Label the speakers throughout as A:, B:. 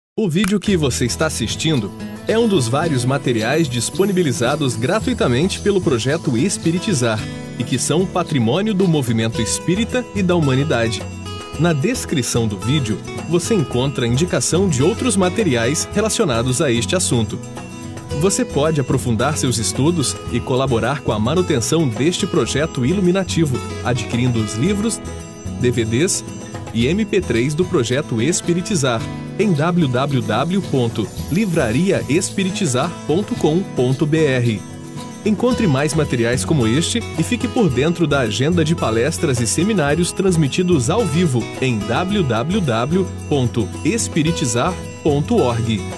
A: O vídeo que você está assistindo é um dos vários materiais disponibilizados gratuitamente pelo projeto Espiritizar e que são patrimônio do movimento espírita e da humanidade. Na descrição do vídeo, você encontra a indicação de outros materiais relacionados a este assunto. Você pode aprofundar seus estudos e colaborar com a manutenção deste projeto iluminativo, adquirindo os livros, DVDs e MP3 do projeto Espiritizar em www.livrariaespiritizar.com.br. Encontre mais materiais como este e fique por dentro da agenda de palestras e seminários transmitidos ao vivo em www.espiritizar.org.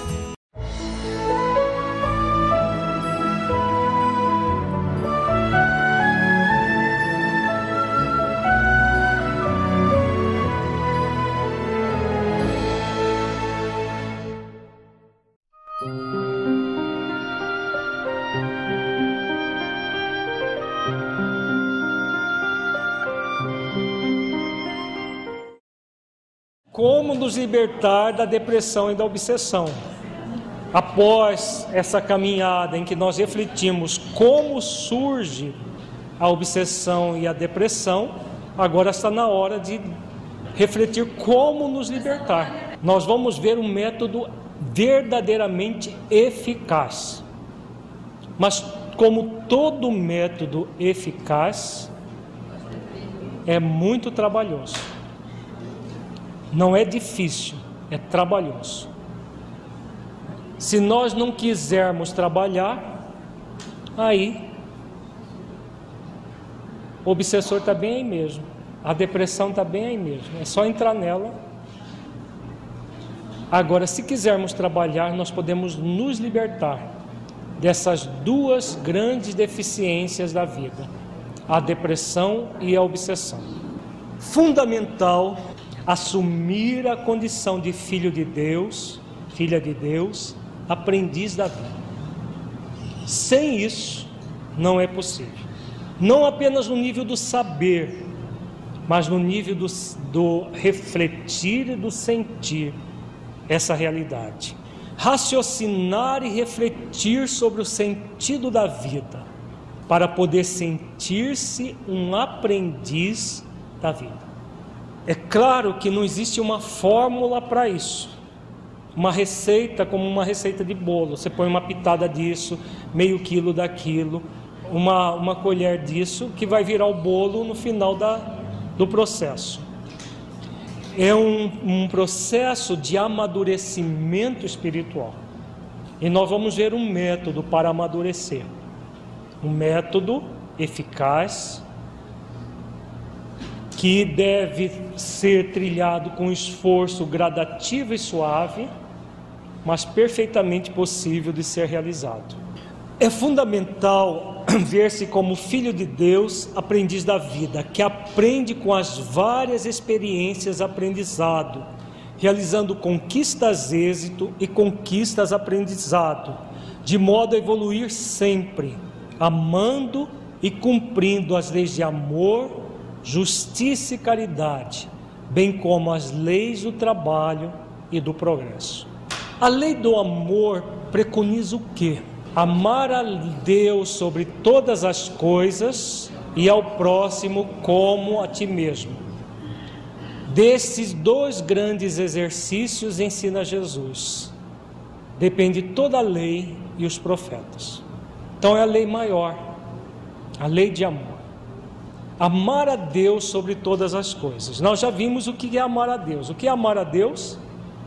B: Como nos libertar da depressão e da obsessão? Após essa caminhada em que nós refletimos como surge a obsessão e a depressão, agora está na hora de refletir como nos libertar. Nós vamos ver um método verdadeiramente eficaz. Mas como todo método eficaz, é muito trabalhoso. Não é difícil, é trabalhoso. Se nós não quisermos trabalhar, aí o obsessor está bem aí mesmo, a depressão está bem aí mesmo, é só entrar nela. Agora, se quisermos trabalhar, nós podemos nos libertar dessas duas grandes deficiências da vida, a depressão e a obsessão. Fundamental assumir a condição de filho de Deus, filha de Deus, aprendiz da vida. Sem isso, não é possível. Não apenas no nível do saber, mas no nível do refletir e do sentir essa realidade. Raciocinar e refletir sobre o sentido da vida, para poder sentir-se um aprendiz da vida. É claro que não existe uma fórmula para isso, uma receita como uma receita de bolo. Você põe uma pitada disso, meio quilo daquilo, uma colher disso, que vai virar o bolo no final do processo. É um processo de amadurecimento espiritual. E nós vamos ver um método para amadurecer, um método eficaz, que deve ser trilhado com esforço gradativo e suave, mas perfeitamente possível de ser realizado. É fundamental ver-se como filho de Deus, aprendiz da vida, que aprende com as várias experiências aprendizado, realizando conquistas êxito e conquistas aprendizado, de modo a evoluir sempre, amando e cumprindo as leis de amor, justiça e caridade, bem como as leis do trabalho e do progresso. A lei do amor preconiza o quê? Amar a Deus sobre todas as coisas e ao próximo como a ti mesmo. Desses dois grandes exercícios ensina Jesus. Depende toda a lei e os profetas. Então é a lei maior, a lei de amor. Amar a Deus sobre todas as coisas. Nós já vimos o que é amar a Deus. O que é amar a Deus?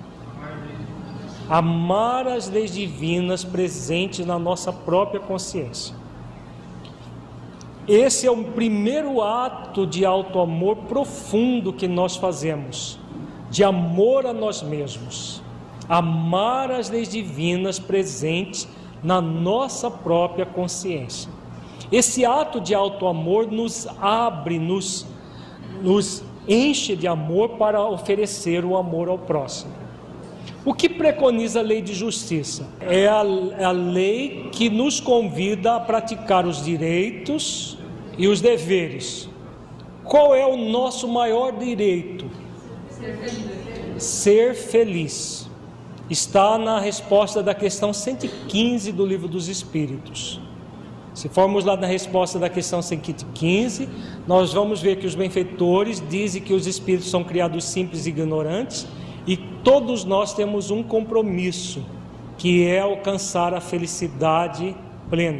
B: Amar as leis divinas presentes na nossa própria consciência. Esse é o primeiro ato de auto-amor profundo que nós fazemos, de amor a nós mesmos. Amar as leis divinas presentes na nossa própria consciência. Esse ato de auto-amor nos abre, nos enche de amor para oferecer o amor ao próximo. O que preconiza a lei de justiça? É a lei que nos convida a praticar os direitos e os deveres. Qual é o nosso maior direito? Ser feliz. está na resposta da questão 115 do Livro dos Espíritos. Se formos lá na resposta da questão 115, nós vamos ver que os benfeitores dizem que os espíritos são criados simples e ignorantes, e todos nós temos um compromisso, que é alcançar a felicidade plena,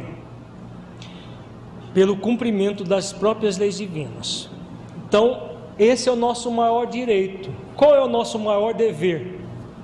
B: pelo cumprimento das próprias leis divinas. Então, esse é o nosso maior direito. Qual é o nosso maior dever?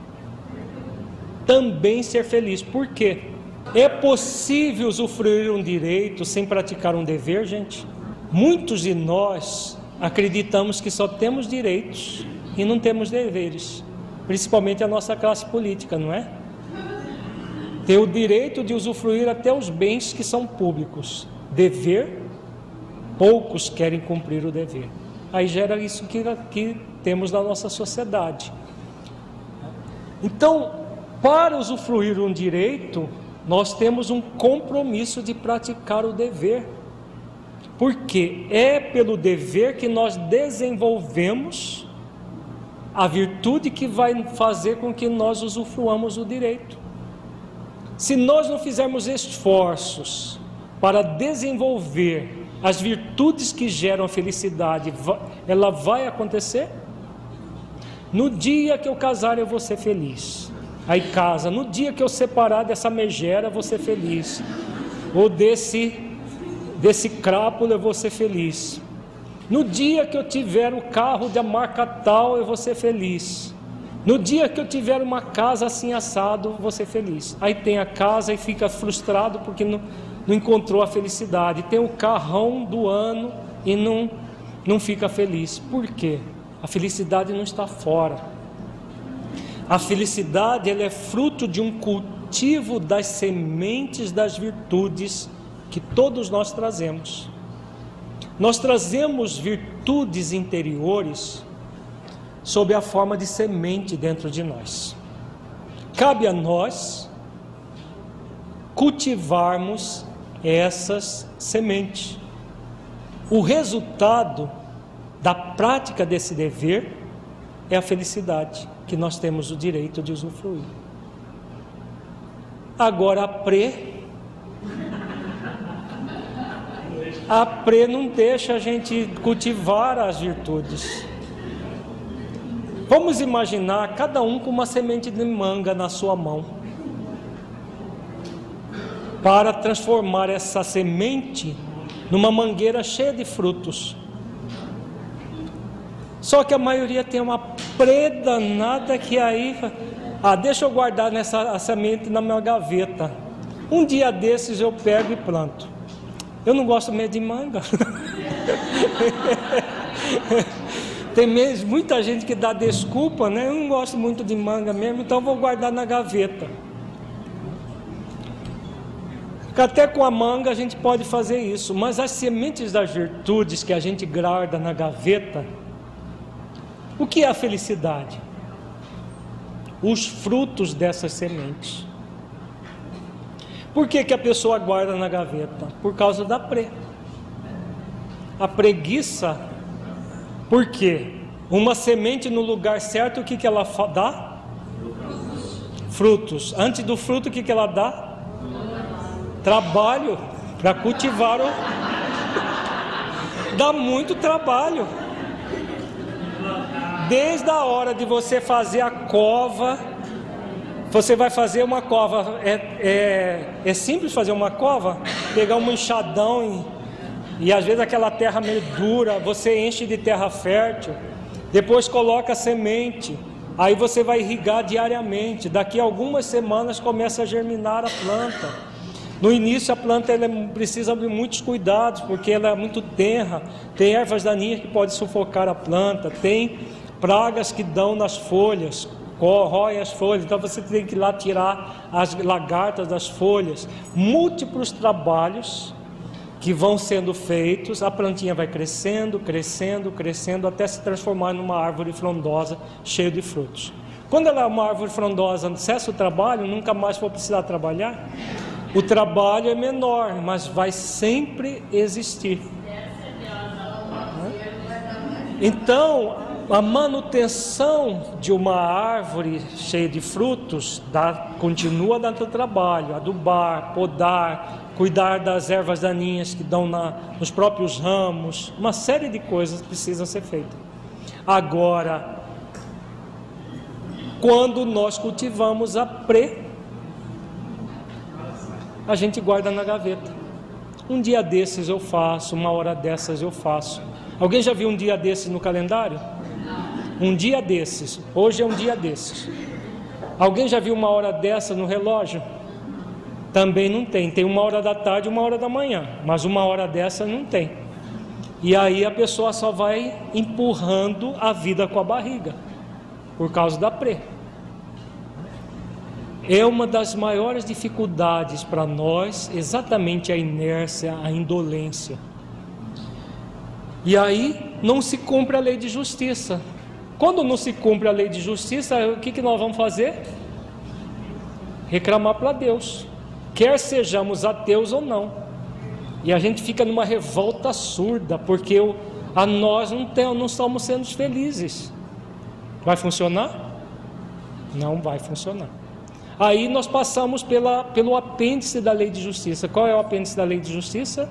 B: Também ser feliz. Por quê? É possível usufruir um direito sem praticar um dever, gente? Muitos de nós acreditamos que só temos direitos e não temos deveres, principalmente a nossa classe política, não é? Tem o direito de usufruir até os bens que são públicos. Dever, poucos querem cumprir o dever. Aí gera isso que temos na nossa sociedade. Então, para usufruir um direito, nós temos um compromisso de praticar o dever, porque é pelo dever que nós desenvolvemos a virtude que vai fazer com que nós usufruamos o direito. Se nós não fizermos esforços para desenvolver as virtudes que geram a felicidade, ela vai acontecer? No dia que eu casar, eu vou ser feliz. Aí casa, no dia que eu separar dessa megera, eu vou ser feliz. Ou desse crápula, eu vou ser feliz. No dia que eu tiver o carro da marca tal, eu vou ser feliz. No dia que eu tiver uma casa assim assado, eu vou ser feliz. Aí tem a casa e fica frustrado porque não encontrou a felicidade. Tem o carrão do ano e não fica feliz. Por quê? A felicidade não está fora. A felicidade, ela é fruto de um cultivo das sementes das virtudes que todos nós trazemos. Nós trazemos virtudes interiores sob a forma de semente dentro de nós. Cabe a nós cultivarmos essas sementes. O resultado da prática desse dever é a felicidade que nós temos o direito de usufruir. Agora a pré não deixa a gente cultivar as virtudes. Vamos imaginar cada um com uma semente de manga na sua mão, para transformar essa semente numa mangueira cheia de frutos. Só que a maioria tem uma danada que aí, deixa eu guardar a semente na minha gaveta. Um dia desses eu pego e planto. Eu não gosto mesmo de manga. Tem mesmo muita gente que dá desculpa, né? Eu não gosto muito de manga mesmo, então eu vou guardar na gaveta. Até com a manga a gente pode fazer isso, mas as sementes das virtudes que a gente guarda na gaveta, o que é a felicidade? Os frutos dessas sementes. Por que a pessoa guarda na gaveta? Por causa da a preguiça. Por quê? Uma semente no lugar certo, o que ela dá? Frutos. Antes do fruto, o que ela dá? Trabalho para cultivar dá muito trabalho. Desde a hora de você fazer a cova, você vai fazer uma cova, é simples fazer uma cova, pegar um enxadão e às vezes aquela terra meio dura, você enche de terra fértil, depois coloca a semente, aí você vai irrigar diariamente, daqui a algumas semanas começa a germinar a planta. No início a planta ela precisa de muitos cuidados, porque ela é muito tenra, tem ervas daninhas que podem sufocar a planta, tem pragas que dão nas folhas, corroem as folhas, então você tem que ir lá tirar as lagartas das folhas. Múltiplos trabalhos que vão sendo feitos, a plantinha vai crescendo, crescendo, crescendo, até se transformar numa árvore frondosa, cheia de frutos. Quando ela é uma árvore frondosa, cessa o trabalho, nunca mais for precisar trabalhar. O trabalho é menor, mas vai sempre existir. Então, A manutenção de uma árvore cheia de frutos continua dando trabalho, adubar, podar, cuidar das ervas daninhas que dão nos próprios ramos, uma série de coisas precisam ser feitas. Agora, quando nós cultivamos a a gente guarda na gaveta. Um dia desses eu faço, uma hora dessas eu faço. Alguém já viu um dia desses no calendário? Um dia desses, hoje é um dia desses. Alguém já viu uma hora dessa no relógio? Também não tem, tem uma hora da tarde e uma hora da manhã, mas uma hora dessa não tem. E aí a pessoa só vai empurrando a vida com a barriga, por causa da É uma das maiores dificuldades para nós, exatamente a inércia, a indolência. E aí não se cumpre a lei de justiça. Quando não se cumpre a lei de justiça, o que nós vamos fazer? Reclamar para Deus, quer sejamos ateus ou não. E a gente fica numa revolta surda, porque nós não estamos sendo felizes. Vai funcionar? Não vai funcionar. Aí nós passamos pelo apêndice da lei de justiça. Qual é o apêndice da lei de justiça?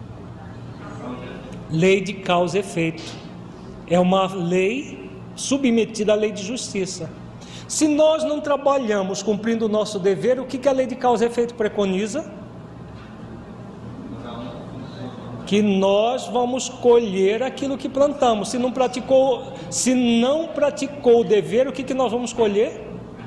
B: Lei de causa e efeito. É uma lei submetida à lei de justiça. Se nós não trabalhamos cumprindo o nosso dever, o que a lei de causa e efeito preconiza? Que nós vamos colher aquilo que plantamos. Se não praticou o dever, o que nós vamos colher?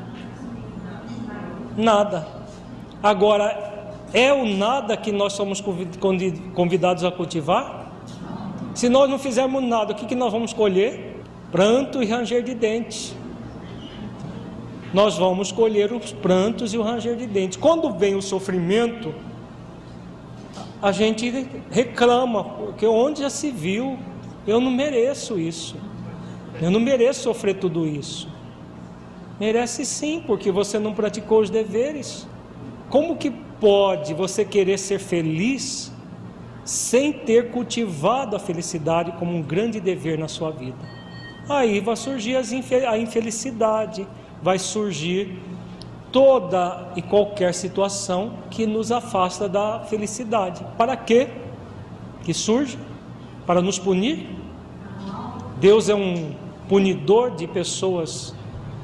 B: Nada. Agora, é o nada que nós somos convidados a cultivar? Se nós não fizermos nada, o que nós vamos colher? Pranto e ranger de dentes. Nós vamos colher os prantos e o ranger de dentes. Quando vem o sofrimento, a gente reclama, porque onde já se viu, eu não mereço isso, eu não mereço sofrer tudo isso. Merece sim, porque você não praticou os deveres. Como que pode você querer ser feliz sem ter cultivado a felicidade como um grande dever na sua vida? Aí vai surgir a infelicidade, vai surgir toda e qualquer situação que nos afasta da felicidade. Para quê que surge? Para nos punir? Deus é um punidor de pessoas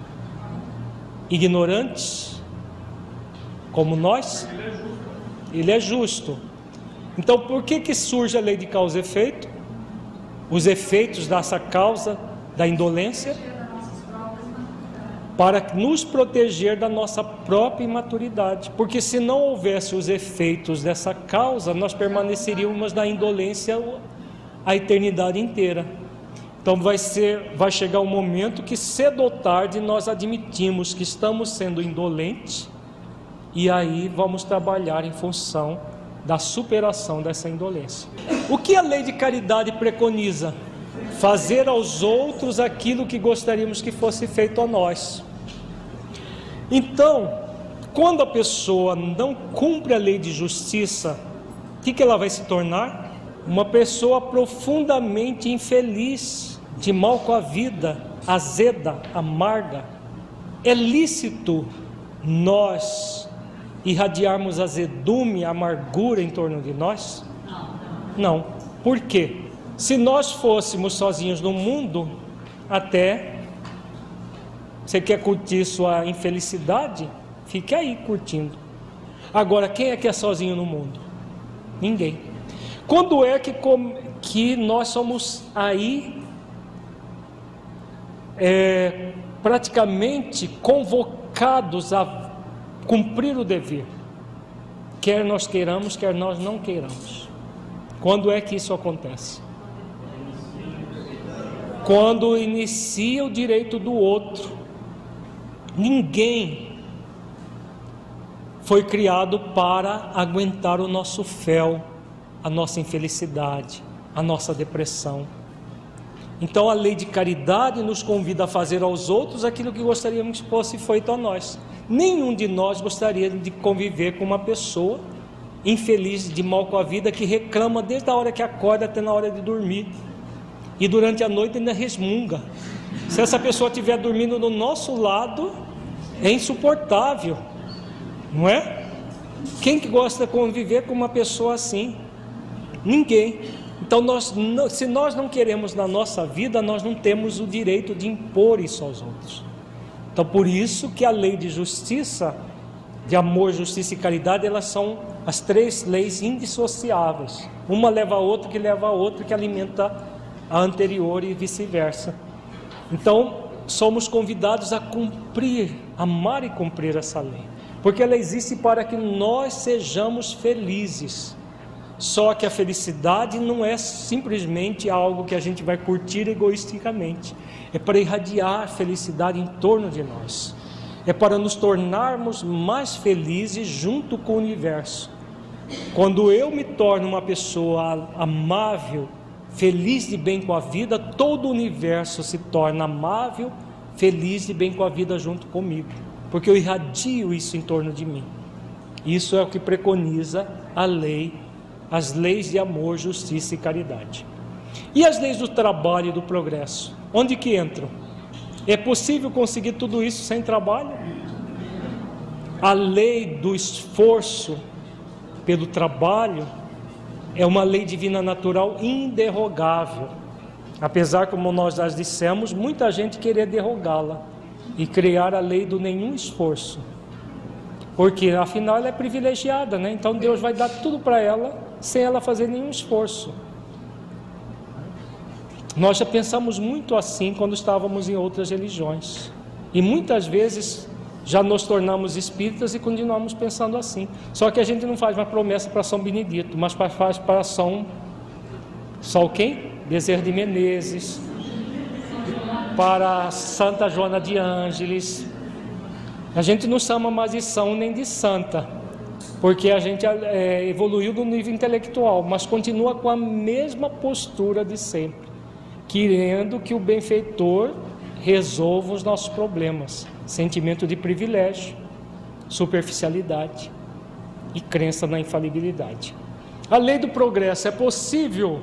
B: ignorantes como nós? Ele é justo. Então por que surge a lei de causa e efeito? Os efeitos dessa causa da indolência? Para nos proteger da nossa própria imaturidade. Porque se não houvesse os efeitos dessa causa, nós permaneceríamos na indolência a eternidade inteira. Então vai chegar um momento que cedo ou tarde nós admitimos que estamos sendo indolentes, e aí vamos trabalhar em função da superação dessa indolência. O que a lei de caridade preconiza? Fazer aos outros aquilo que gostaríamos que fosse feito a nós. Então, quando a pessoa não cumpre a lei de justiça, o que ela vai se tornar? Uma pessoa profundamente infeliz, de mal com a vida, azeda, amarga. É lícito nós irradiarmos azedume, amargura em torno de nós? Não. Por quê? Se nós fôssemos sozinhos no mundo, até você quer curtir sua infelicidade? Fique aí curtindo. Agora, quem é que é sozinho no mundo? Ninguém. Quando é que nós somos aí praticamente convocados a cumprir o dever? Quer nós queiramos, quer nós não queiramos. Quando é que isso acontece? Quando inicia o direito do outro. Ninguém foi criado para aguentar o nosso fel, a nossa infelicidade, a nossa depressão. Então a lei de caridade nos convida a fazer aos outros aquilo que gostaríamos que fosse feito a nós. Nenhum de nós gostaria de conviver com uma pessoa infeliz, de mal com a vida, que reclama desde a hora que acorda até na hora de dormir. e durante a noite ainda resmunga. Se essa pessoa estiver dormindo do nosso lado, é insuportável, não é? Quem que gosta de conviver com uma pessoa assim? Ninguém. Então, se nós não queremos na nossa vida, nós não temos o direito de impor isso aos outros. Então, por isso que a lei de justiça, de amor, justiça e caridade, elas são as 3 leis indissociáveis. Uma leva a outra, que leva a outra, que alimenta a anterior e vice-versa. Então, somos convidados a cumprir, amar e cumprir essa lei, porque ela existe para que nós sejamos felizes. Só que a felicidade não é simplesmente algo que a gente vai curtir egoisticamente, é para irradiar felicidade em torno de nós, é para nos tornarmos mais felizes junto com o universo. Quando eu me torno uma pessoa amável, feliz de bem com a vida, todo o universo se torna amável, feliz de bem com a vida junto comigo, porque eu irradio isso em torno de mim. Isso é o que preconiza a lei, as leis de amor, justiça e caridade. E as leis do trabalho e do progresso, onde que entram? É possível conseguir tudo isso sem trabalho? A lei do esforço pelo trabalho é uma lei divina natural inderrogável, apesar, como nós já dissemos, muita gente querer derrogá-la e criar a lei do nenhum esforço, porque afinal ela é privilegiada, né? Então Deus vai dar tudo para ela sem ela fazer nenhum esforço. Nós já pensamos muito assim quando estávamos em outras religiões, e muitas vezes já nos tornamos espíritas e continuamos pensando assim. Só que a gente não faz uma promessa para São Benedito, mas faz para São quem? Bezerra de Menezes, para Santa Joana de Ângeles. A gente não chama mais de São nem de Santa, porque a gente evoluiu no nível intelectual, mas continua com a mesma postura de sempre, querendo que o benfeitor resolva os nossos problemas. Sentimento de privilégio, superficialidade e crença na infalibilidade. A lei do progresso: é possível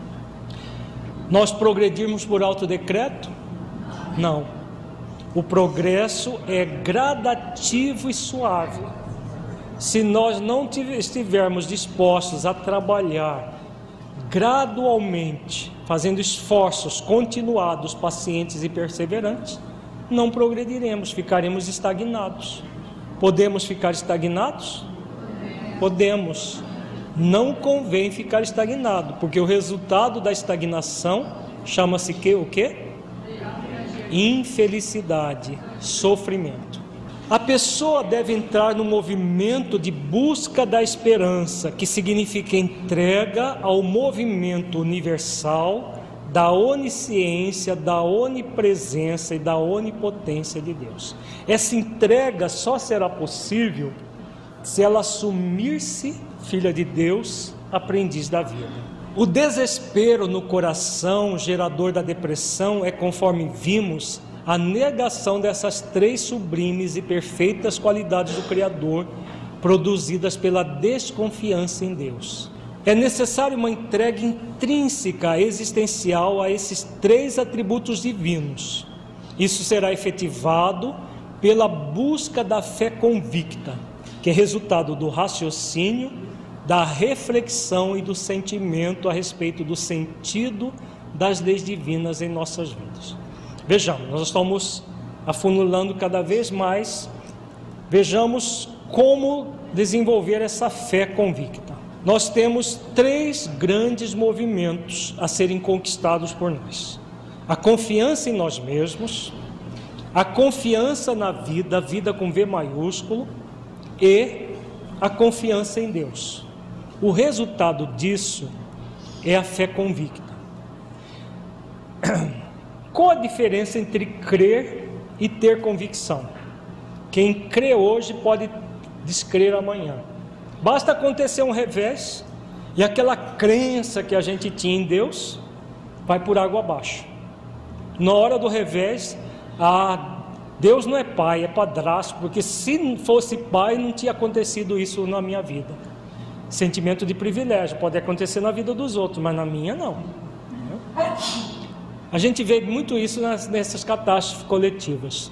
B: nós progredirmos por autodecreto? Não. O progresso é gradativo e suave. Se nós não estivermos dispostos a trabalhar gradualmente, fazendo esforços continuados, pacientes e perseverantes, não progrediremos, ficaremos estagnados. Podemos ficar estagnados? Podemos. Não convém ficar estagnado, porque o resultado da estagnação chama-se o quê? Infelicidade, sofrimento. A pessoa deve entrar no movimento de busca da esperança, que significa entrega ao movimento universal da onisciência, da onipresença e da onipotência de Deus. Essa entrega só será possível se ela assumir-se filha de Deus, aprendiz da vida. O desespero no coração, gerador da depressão, é, conforme vimos, a negação dessas 3 sublimes e perfeitas qualidades do Criador, produzidas pela desconfiança em Deus. É necessário uma entrega intrínseca, existencial, a esses 3 atributos divinos. Isso será efetivado pela busca da fé convicta, que é resultado do raciocínio, da reflexão e do sentimento a respeito do sentido das leis divinas em nossas vidas. Vejamos, nós estamos afunilando cada vez mais. Vejamos como desenvolver essa fé convicta. Nós temos 3 grandes movimentos a serem conquistados por nós: a confiança em nós mesmos, a confiança na vida, a vida com V maiúsculo, e a confiança em Deus. O resultado disso é a fé convicta. Qual a diferença entre crer e ter convicção? Quem crê hoje pode descrer amanhã. Basta acontecer um revés e aquela crença que a gente tinha em Deus vai por água abaixo. Na hora do revés, Deus não é pai, é padrasto, porque se fosse pai não tinha acontecido isso na minha vida. Sentimento de privilégio pode acontecer na vida dos outros, mas na minha não. A gente vê muito isso nessas catástrofes coletivas.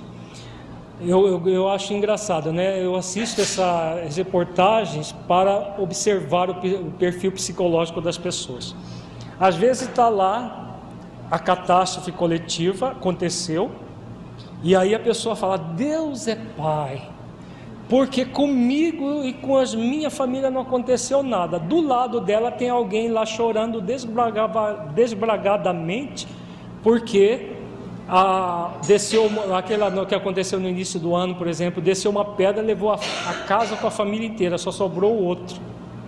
B: Eu acho engraçado, né? Eu assisto essas reportagens para observar o perfil psicológico das pessoas. Às vezes está lá, a catástrofe coletiva aconteceu, e aí a pessoa fala: Deus é Pai, porque comigo e com a minha família não aconteceu nada. Do lado dela tem alguém lá chorando desbragadamente, porque desceu aquela que aconteceu no início do ano, por exemplo, desceu uma pedra, levou a casa com a família inteira, só sobrou o outro.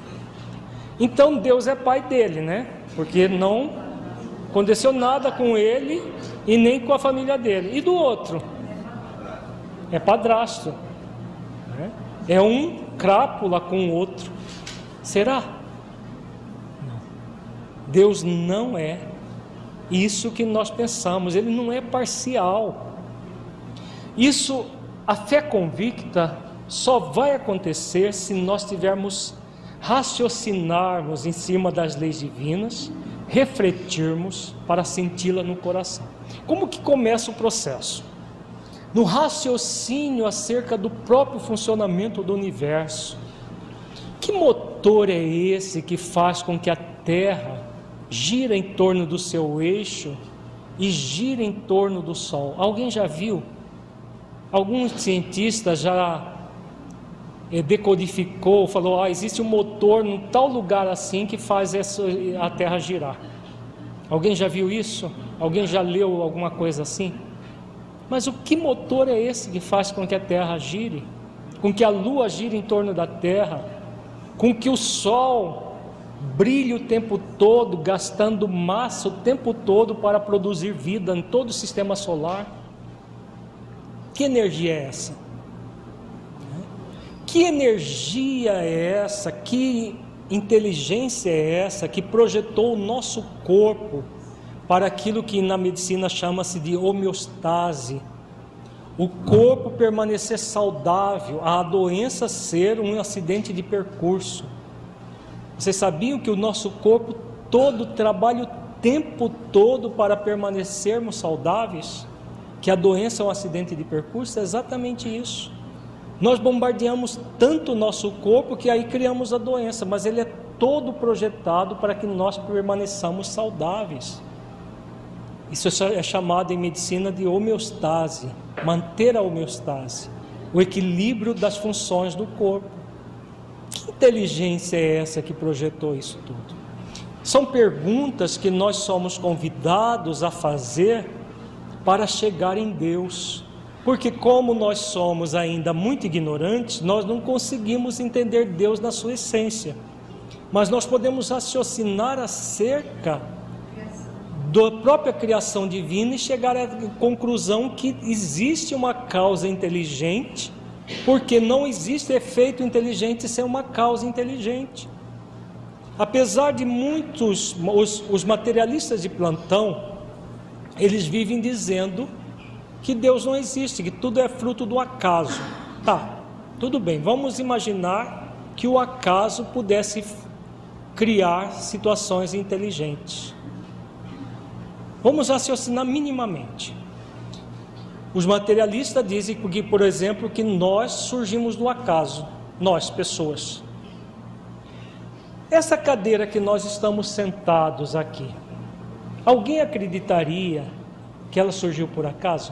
B: Então Deus é pai dele, né? Porque não aconteceu nada com ele e nem com a família dele. E do outro? É padrasto, né? É um crápula com o outro. Será? Não. Deus não é isso que nós pensamos, Ele não é parcial. Isso, a fé convicta só vai acontecer se nós tivermos, raciocinarmos em cima das leis divinas, refletirmos para senti-la no coração. Como que começa o processo? No raciocínio acerca do próprio funcionamento do universo. Que motor é esse que faz com que a Terra gira em torno do seu eixo e gira em torno do Sol? Alguém já viu? Alguns cientistas já decodificou, falou: existe um motor em tal lugar assim que faz a Terra girar. Alguém já viu isso? Alguém já leu alguma coisa assim? Mas o que motor é esse que faz com que a Terra gire? Com que a Lua gire em torno da Terra? Com que o Sol brilhe o tempo todo, gastando massa o tempo todo para produzir vida em todo o sistema solar? Que energia é essa? Que energia é essa? Que inteligência é essa que projetou o nosso corpo para aquilo que na medicina chama-se de homeostase? O corpo permanecer saudável, a doença ser um acidente de percurso. Vocês sabiam que o nosso corpo todo trabalha o tempo todo para permanecermos saudáveis? Que a doença é um acidente de percurso? É exatamente isso. Nós bombardeamos tanto o nosso corpo que aí criamos a doença, mas ele é todo projetado para que nós permaneçamos saudáveis. Isso é chamado em medicina de homeostase, manter a homeostase, o equilíbrio das funções do corpo. Que inteligência é essa que projetou isso tudo? São perguntas que nós somos convidados a fazer para chegar em Deus, porque como nós somos ainda muito ignorantes, nós não conseguimos entender Deus na sua essência, mas nós podemos raciocinar acerca da própria criação divina e chegar à conclusão que existe uma causa inteligente, porque não existe efeito inteligente sem uma causa inteligente. Apesar de muitos, os materialistas de plantão, eles vivem dizendo que Deus não existe, que tudo é fruto do acaso. Tá, tudo bem, vamos imaginar que o acaso pudesse criar situações inteligentes. Vamos raciocinar minimamente. Os materialistas dizem que, por exemplo, que nós surgimos do acaso, nós, pessoas. Essa cadeira que nós estamos sentados aqui, alguém acreditaria que ela surgiu por acaso?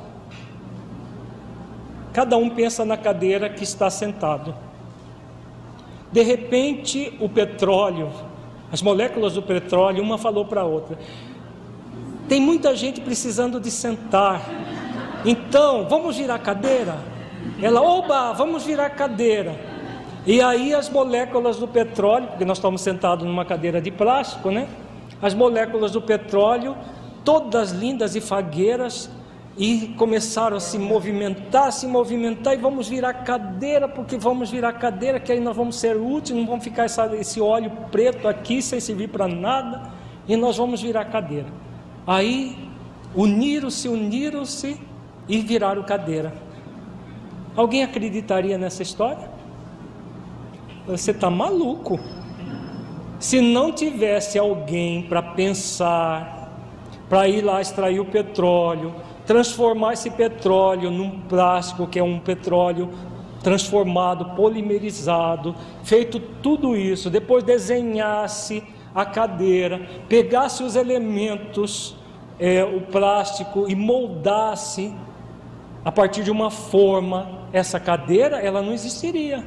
B: Cada um pensa na cadeira que está sentado. De repente, o petróleo, as moléculas do petróleo, uma falou para a outra: tem muita gente precisando de sentar, então vamos virar a cadeira? Ela: oba, vamos virar a cadeira. E aí as moléculas do petróleo, porque nós estamos sentados numa cadeira de plástico, né? As moléculas do petróleo, todas lindas e fagueiras, e começaram a se movimentar, e vamos virar a cadeira, porque vamos virar a cadeira, que aí nós vamos ser úteis, não vamos ficar esse óleo preto aqui sem servir para nada, e nós vamos virar a cadeira. Aí uniram-se e viraram cadeira. Alguém acreditaria nessa história? Você está maluco. Se não tivesse alguém para pensar, para ir lá extrair o petróleo, transformar esse petróleo num plástico, que é um petróleo transformado, polimerizado, feito tudo isso, depois desenhasse a cadeira, pegasse os elementos, o plástico, e moldasse a partir de uma forma, essa cadeira, ela não existiria.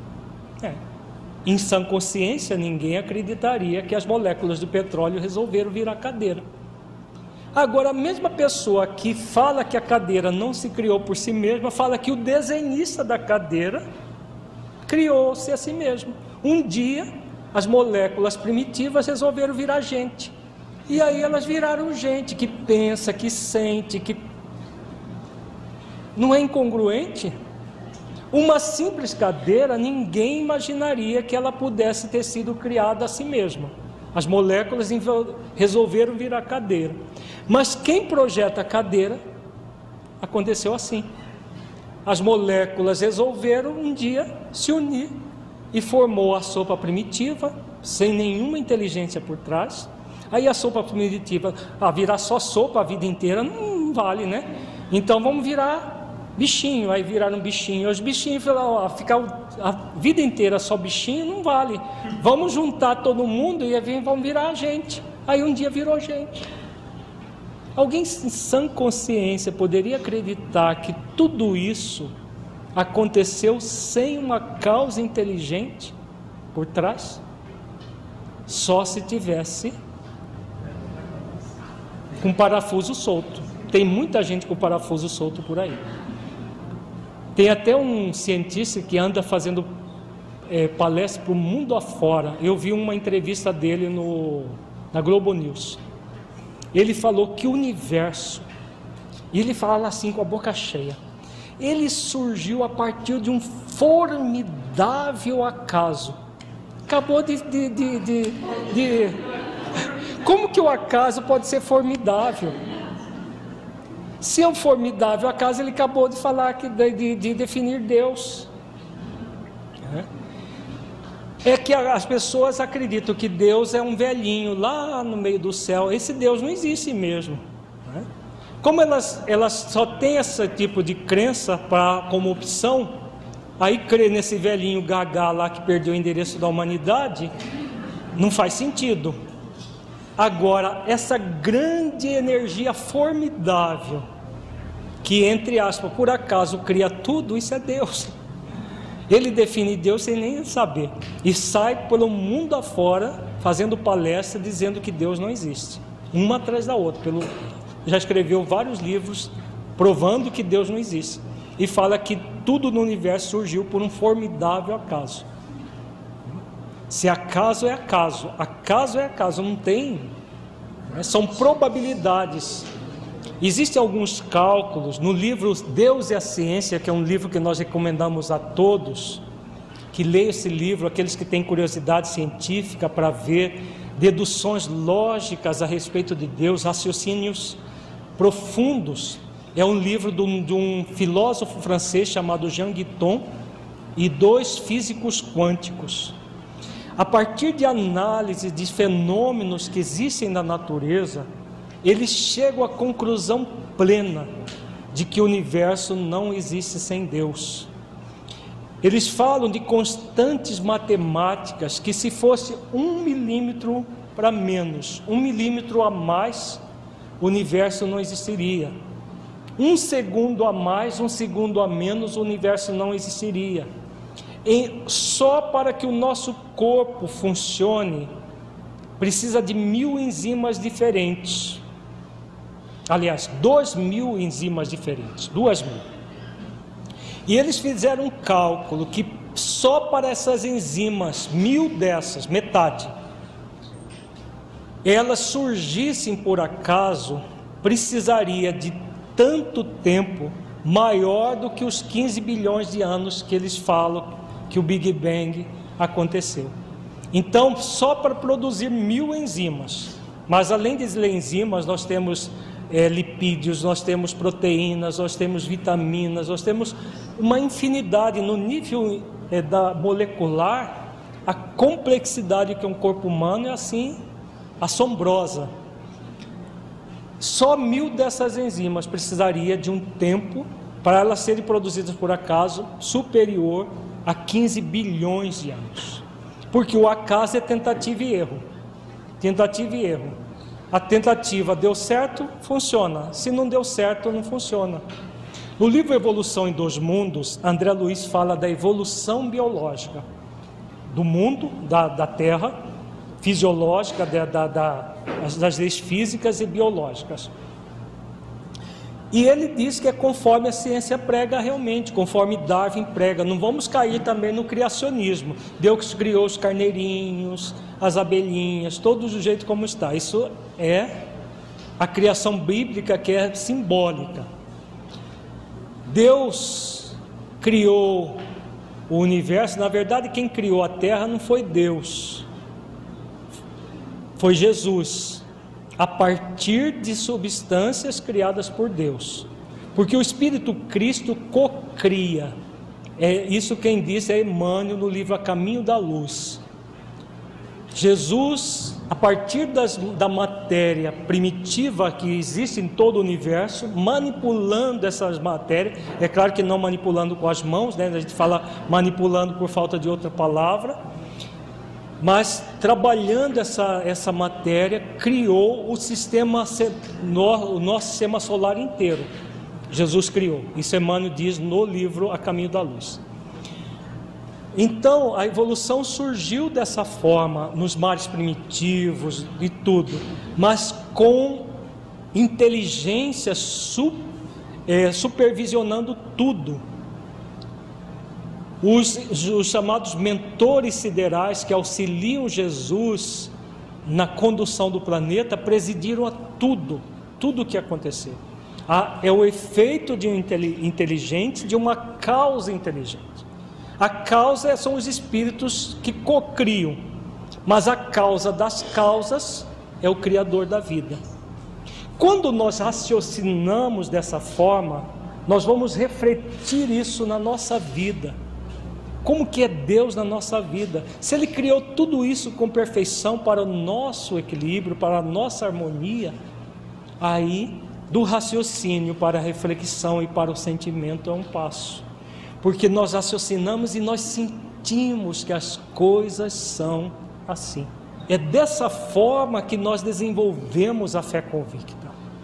B: Em sã consciência, ninguém acreditaria que as moléculas do petróleo resolveram virar cadeira. Agora, a mesma pessoa que fala que a cadeira não se criou por si mesma, fala que o desenhista da cadeira criou-se a si mesmo. Um dia, as moléculas primitivas resolveram virar gente. E aí elas viraram gente que pensa, que sente, que... Não é incongruente? Uma simples cadeira, ninguém imaginaria que ela pudesse ter sido criada a si mesma. As moléculas resolveram virar cadeira. Mas quem projeta a cadeira, aconteceu assim. As moléculas resolveram um dia se unir e formou a sopa primitiva, sem nenhuma inteligência por trás. Aí a sopa primitiva, virar só sopa a vida inteira não vale, né? Então vamos virar bichinho. Aí viraram bichinho. Os bichinhos falaram, ficar a vida inteira só bichinho não vale. Vamos juntar todo mundo e aí vamos virar gente. Aí um dia virou gente. Alguém em sã consciência poderia acreditar que tudo isso aconteceu sem uma causa inteligente por trás? Só se tivesse com parafuso solto. Tem muita gente com parafuso solto por aí. Tem até um cientista que anda fazendo palestra para o mundo afora. Eu vi uma entrevista dele na Globo News. Ele falou que o universo, e ele fala assim com a boca cheia, ele surgiu a partir de um formidável acaso. Acabou de... Como que o acaso pode ser formidável? Se é um formidável acaso, ele acabou de falar de definir Deus. É que as pessoas acreditam que Deus é um velhinho lá no meio do céu. Esse Deus não existe mesmo. Como elas só têm esse tipo de crença como opção, aí crer nesse velhinho gagá lá que perdeu o endereço da humanidade, não faz sentido. Agora, essa grande energia formidável, que entre aspas, por acaso cria tudo, isso é Deus. Ele define Deus sem nem saber, e sai pelo mundo afora, fazendo palestra, dizendo que Deus não existe, uma atrás da outra. Já escreveu vários livros, provando que Deus não existe, e fala que tudo no universo surgiu por um formidável acaso. Se acaso é acaso, acaso é acaso, não tem, são probabilidades. Existem alguns cálculos no livro Deus e a Ciência, que é um livro que nós recomendamos a todos que leiam esse livro, aqueles que têm curiosidade científica para ver deduções lógicas a respeito de Deus, raciocínios profundos. É um livro de um filósofo francês chamado Jean Guitton e 2 físicos quânticos. A partir de análise de fenômenos que existem na natureza, eles chegam à conclusão plena de que o universo não existe sem Deus. Eles falam de constantes matemáticas que, se fosse 1 milímetro para menos, 1 milímetro a mais, o universo não existiria. 1 segundo a mais, 1 segundo a menos, o universo não existiria. Só para que o nosso corpo funcione, precisa de 1000 enzimas diferentes. Aliás, 2000 enzimas diferentes, 2000. E eles fizeram um cálculo que só para essas enzimas, 1000 dessas, metade, elas surgissem por acaso, precisaria de tanto tempo, maior do que os 15 bilhões de anos que eles falam que o Big Bang aconteceu. Então, só para produzir 1000 enzimas, mas além das enzimas, nós temos lipídios, nós temos proteínas, nós temos vitaminas, nós temos uma infinidade no nível da molecular. A complexidade que é um corpo humano é assim assombrosa. Só 1000 dessas enzimas precisaria de um tempo para elas serem produzidas por acaso superior a 15 bilhões de anos. Porque o acaso é tentativa e erro. Tentativa e erro. A tentativa deu certo, funciona. Se não deu certo, não funciona. No livro Evolução em Dois Mundos, André Luiz fala da evolução biológica do mundo, da Terra, fisiológica, das leis físicas e biológicas. E ele diz que é conforme a ciência prega realmente, conforme Darwin prega. Não vamos cair também no criacionismo. Deus criou os carneirinhos, as abelhinhas, todos do jeito como está. Isso é a criação bíblica, que é simbólica. Deus criou o universo. Na verdade, quem criou a terra não foi Deus, foi Jesus, a partir de substâncias criadas por Deus, porque o Espírito Cristo cocria. É isso quem diz é Emmanuel no livro A Caminho da Luz. Jesus, a partir da matéria primitiva que existe em todo o universo, manipulando essas matérias, é claro que não manipulando com as mãos, né? A gente fala manipulando por falta de outra palavra, mas trabalhando essa matéria, criou o nosso sistema solar inteiro. Jesus criou. Isso Emmanuel diz no livro A Caminho da Luz. Então a evolução surgiu dessa forma, nos mares primitivos e tudo, mas com inteligência supervisionando tudo. Os chamados mentores siderais que auxiliam Jesus na condução do planeta presidiram a tudo o que aconteceu. É o efeito de um inteligente, de uma causa inteligente. A causa são os espíritos que cocriam, mas a causa das causas é o Criador da vida. Quando nós raciocinamos dessa forma, nós vamos refletir isso na nossa vida. Como que é Deus na nossa vida? Se Ele criou tudo isso com perfeição para o nosso equilíbrio, para a nossa harmonia, aí do raciocínio para a reflexão e para o sentimento é um passo. Porque nós raciocinamos e nós sentimos que as coisas são assim. É dessa forma que nós desenvolvemos a fé convicta.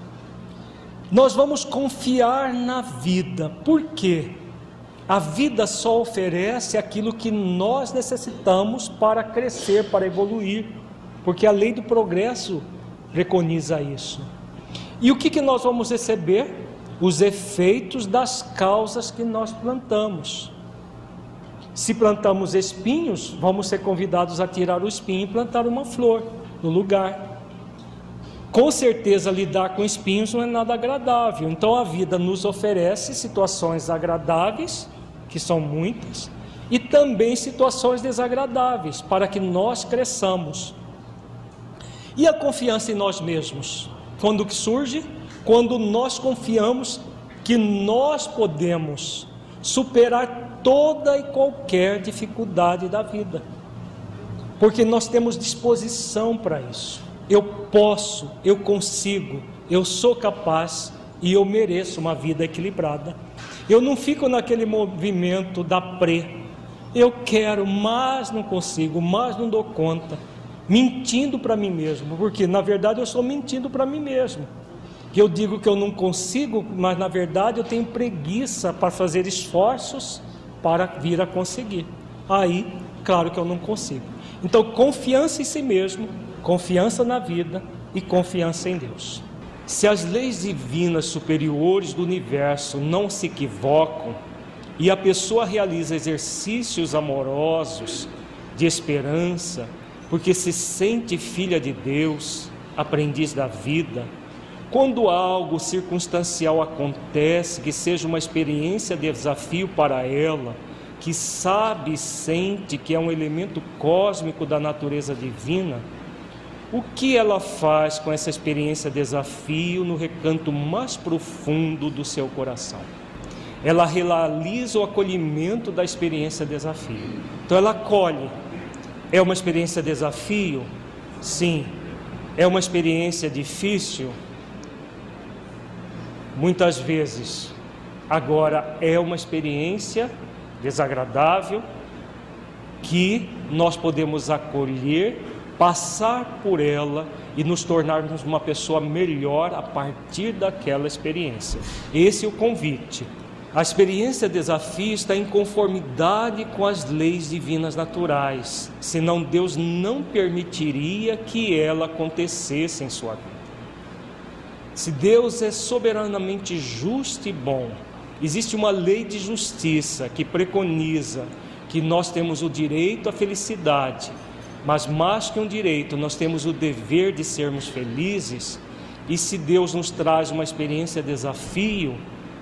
B: Nós vamos confiar na vida. Por quê? A vida só oferece aquilo que nós necessitamos para crescer, para evoluir, porque a lei do progresso preconiza isso. E o que nós vamos receber? Os efeitos das causas que nós plantamos. Se plantamos espinhos, vamos ser convidados a tirar o espinho e plantar uma flor no lugar. Com certeza lidar com espinhos não é nada agradável. Então a vida nos oferece situações agradáveis, que são muitas, e também situações desagradáveis, para que nós cresçamos. E a confiança em nós mesmos? Quando que surge? Quando nós confiamos que nós podemos superar toda e qualquer dificuldade da vida, porque nós temos disposição para isso. Eu posso, eu consigo, eu sou capaz e eu mereço uma vida equilibrada. Eu não fico naquele movimento da eu quero, mas não consigo, mas não dou conta, mentindo para mim mesmo, porque na verdade eu estou mentindo para mim mesmo. Eu digo que eu não consigo, mas na verdade eu tenho preguiça para fazer esforços para vir a conseguir. Aí, claro que eu não consigo. Então, confiança em si mesmo, confiança na vida e confiança em Deus. Se as leis divinas superiores do universo não se equivocam e a pessoa realiza exercícios amorosos de esperança, porque se sente filha de Deus, aprendiz da vida, quando algo circunstancial acontece, que seja uma experiência de desafio para ela, que sabe e sente que é um elemento cósmico da natureza divina, o que ela faz com essa experiência de desafio no recanto mais profundo do seu coração? Ela realiza o acolhimento da experiência de desafio. Então ela acolhe. É uma experiência de desafio? Sim. É uma experiência difícil? muitas vezes, agora é uma experiência desagradável que nós podemos acolher, passar por ela e nos tornarmos uma pessoa melhor a partir daquela experiência. Esse é o convite. A experiência desafio está em conformidade com as leis divinas naturais, senão Deus não permitiria que ela acontecesse em sua vida. Se Deus é soberanamente justo e bom, existe uma lei de justiça que preconiza que nós temos o direito à felicidade, mas mais que um direito, nós temos o dever de sermos felizes. E se Deus nos traz uma experiência desafio,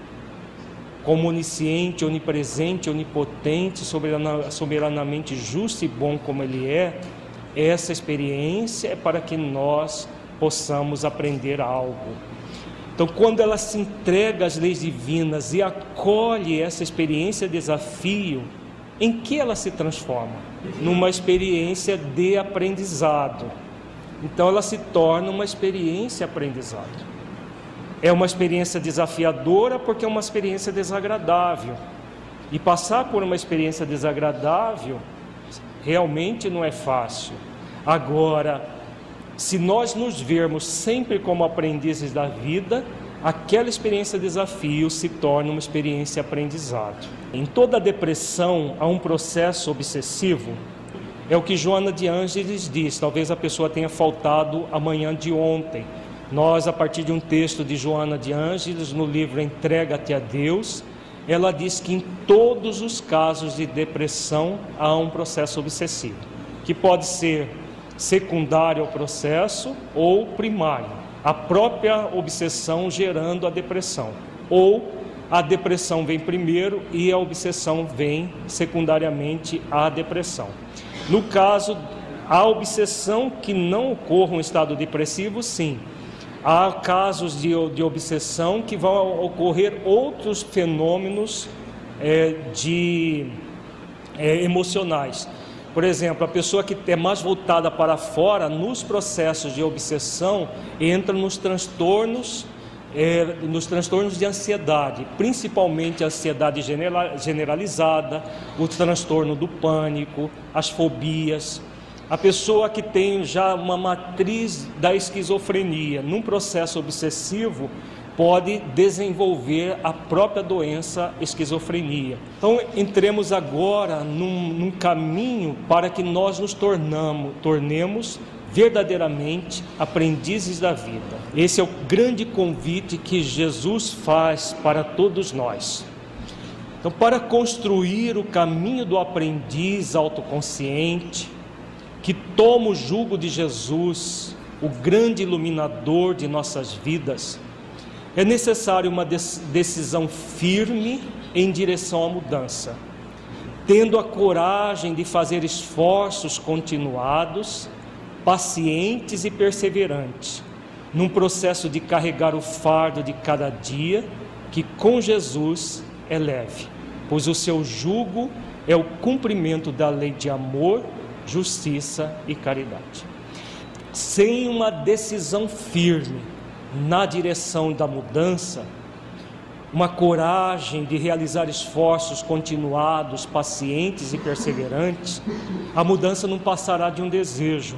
B: como onisciente, onipresente, onipotente, soberanamente justo e bom como Ele é, essa experiência é para que nós possamos aprender algo. Então, quando ela se entrega às leis divinas e acolhe essa experiência desafio, em que ela se transforma? Numa experiência de aprendizado. Então, ela se torna uma experiência aprendizado. É uma experiência desafiadora porque é uma experiência desagradável. E passar por uma experiência desagradável realmente não é fácil. Agora, se nós nos vermos sempre como aprendizes da vida, aquela experiência desafio se torna uma experiência aprendizado. Em toda depressão há um processo obsessivo. É o que Joana de Ângeles diz. Talvez a pessoa tenha faltado a manhã de ontem. Nós, a partir de um texto de Joana de Ângeles, no livro Entrega-te a Deus, ela diz que em todos os casos de depressão há um processo obsessivo, que pode ser secundário ao processo ou primário, a própria obsessão gerando a depressão, ou a depressão vem primeiro e a obsessão vem secundariamente à depressão. No caso, a obsessão que não ocorra um estado depressivo, sim. Há casos de obsessão que vão ocorrer outros fenômenos emocionais. Por exemplo, a pessoa que é mais voltada para fora, nos processos de obsessão, entra nos transtornos de ansiedade, principalmente a ansiedade generalizada, o transtorno do pânico, as fobias. A pessoa que tem já uma matriz da esquizofrenia, num processo obsessivo, pode desenvolver a própria doença esquizofrenia. Então, entremos agora num caminho para que nós nos tornemos verdadeiramente aprendizes da vida. Esse é o grande convite que Jesus faz para todos nós. Então, para construir o caminho do aprendiz autoconsciente, que toma o jugo de Jesus, o grande iluminador de nossas vidas, é necessário uma decisão firme em direção à mudança, tendo a coragem de fazer esforços continuados, pacientes e perseverantes, num processo de carregar o fardo de cada dia, que com Jesus é leve, pois o seu jugo é o cumprimento da lei de amor, justiça e caridade. Sem uma decisão firme na direção da mudança, uma coragem de realizar esforços continuados, pacientes e perseverantes, a mudança não passará de um desejo.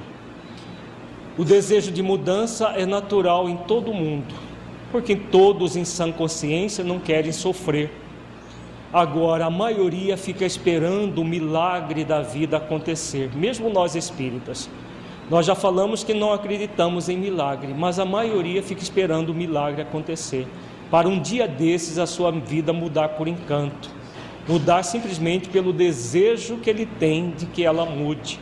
B: O desejo de mudança é natural em todo mundo, porque todos em sã consciência não querem sofrer. Agora, a maioria fica esperando o milagre da vida acontecer, mesmo nós espíritas. Nós já falamos que não acreditamos em milagre, mas a maioria fica esperando o milagre acontecer, para um dia desses a sua vida mudar por encanto, mudar simplesmente pelo desejo que ele tem de que ela mude.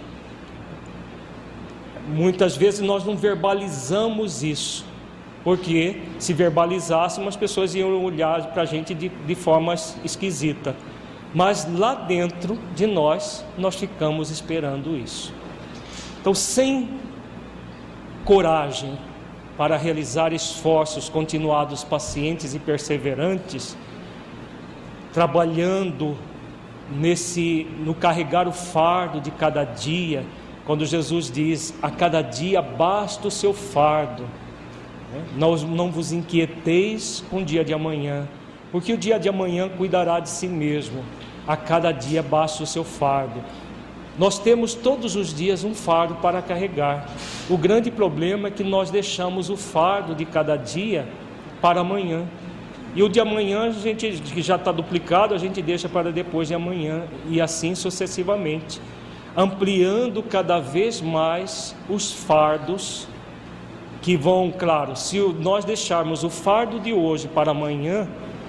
B: Muitas vezes nós não verbalizamos isso, porque se verbalizássemos as pessoas iam olhar para a gente de forma esquisita, mas lá dentro de nós ficamos esperando isso. Então, sem coragem para realizar esforços continuados, pacientes e perseverantes, trabalhando no carregar o fardo de cada dia, quando Jesus diz, a cada dia basta o seu fardo, Não vos inquieteis com o dia de amanhã, porque o dia de amanhã cuidará de si mesmo. A cada dia basta o seu fardo. Nós temos todos os dias um fardo para carregar. O grande problema é que nós deixamos o fardo de cada dia para amanhã. E o de amanhã, que já está duplicado, a gente deixa para depois de amanhã. E assim sucessivamente, ampliando cada vez mais os fardos que vão, claro, se nós deixarmos o fardo de hoje para amanhã,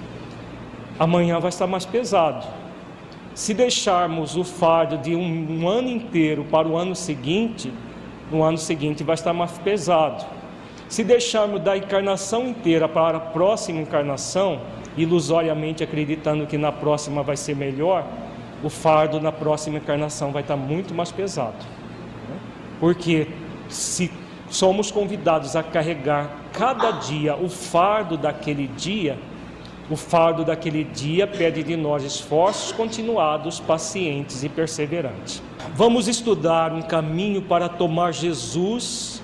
B: amanhã vai estar mais pesado. Se deixarmos o fardo de um ano inteiro para o ano seguinte, no ano seguinte vai estar mais pesado. Se deixarmos da encarnação inteira para a próxima encarnação, ilusoriamente acreditando que na próxima vai ser melhor, o fardo na próxima encarnação vai estar muito mais pesado. Porque se somos convidados a carregar cada dia o fardo daquele dia, o fardo daquele dia pede de nós esforços continuados, pacientes e perseverantes. Vamos estudar um caminho para tornar Jesus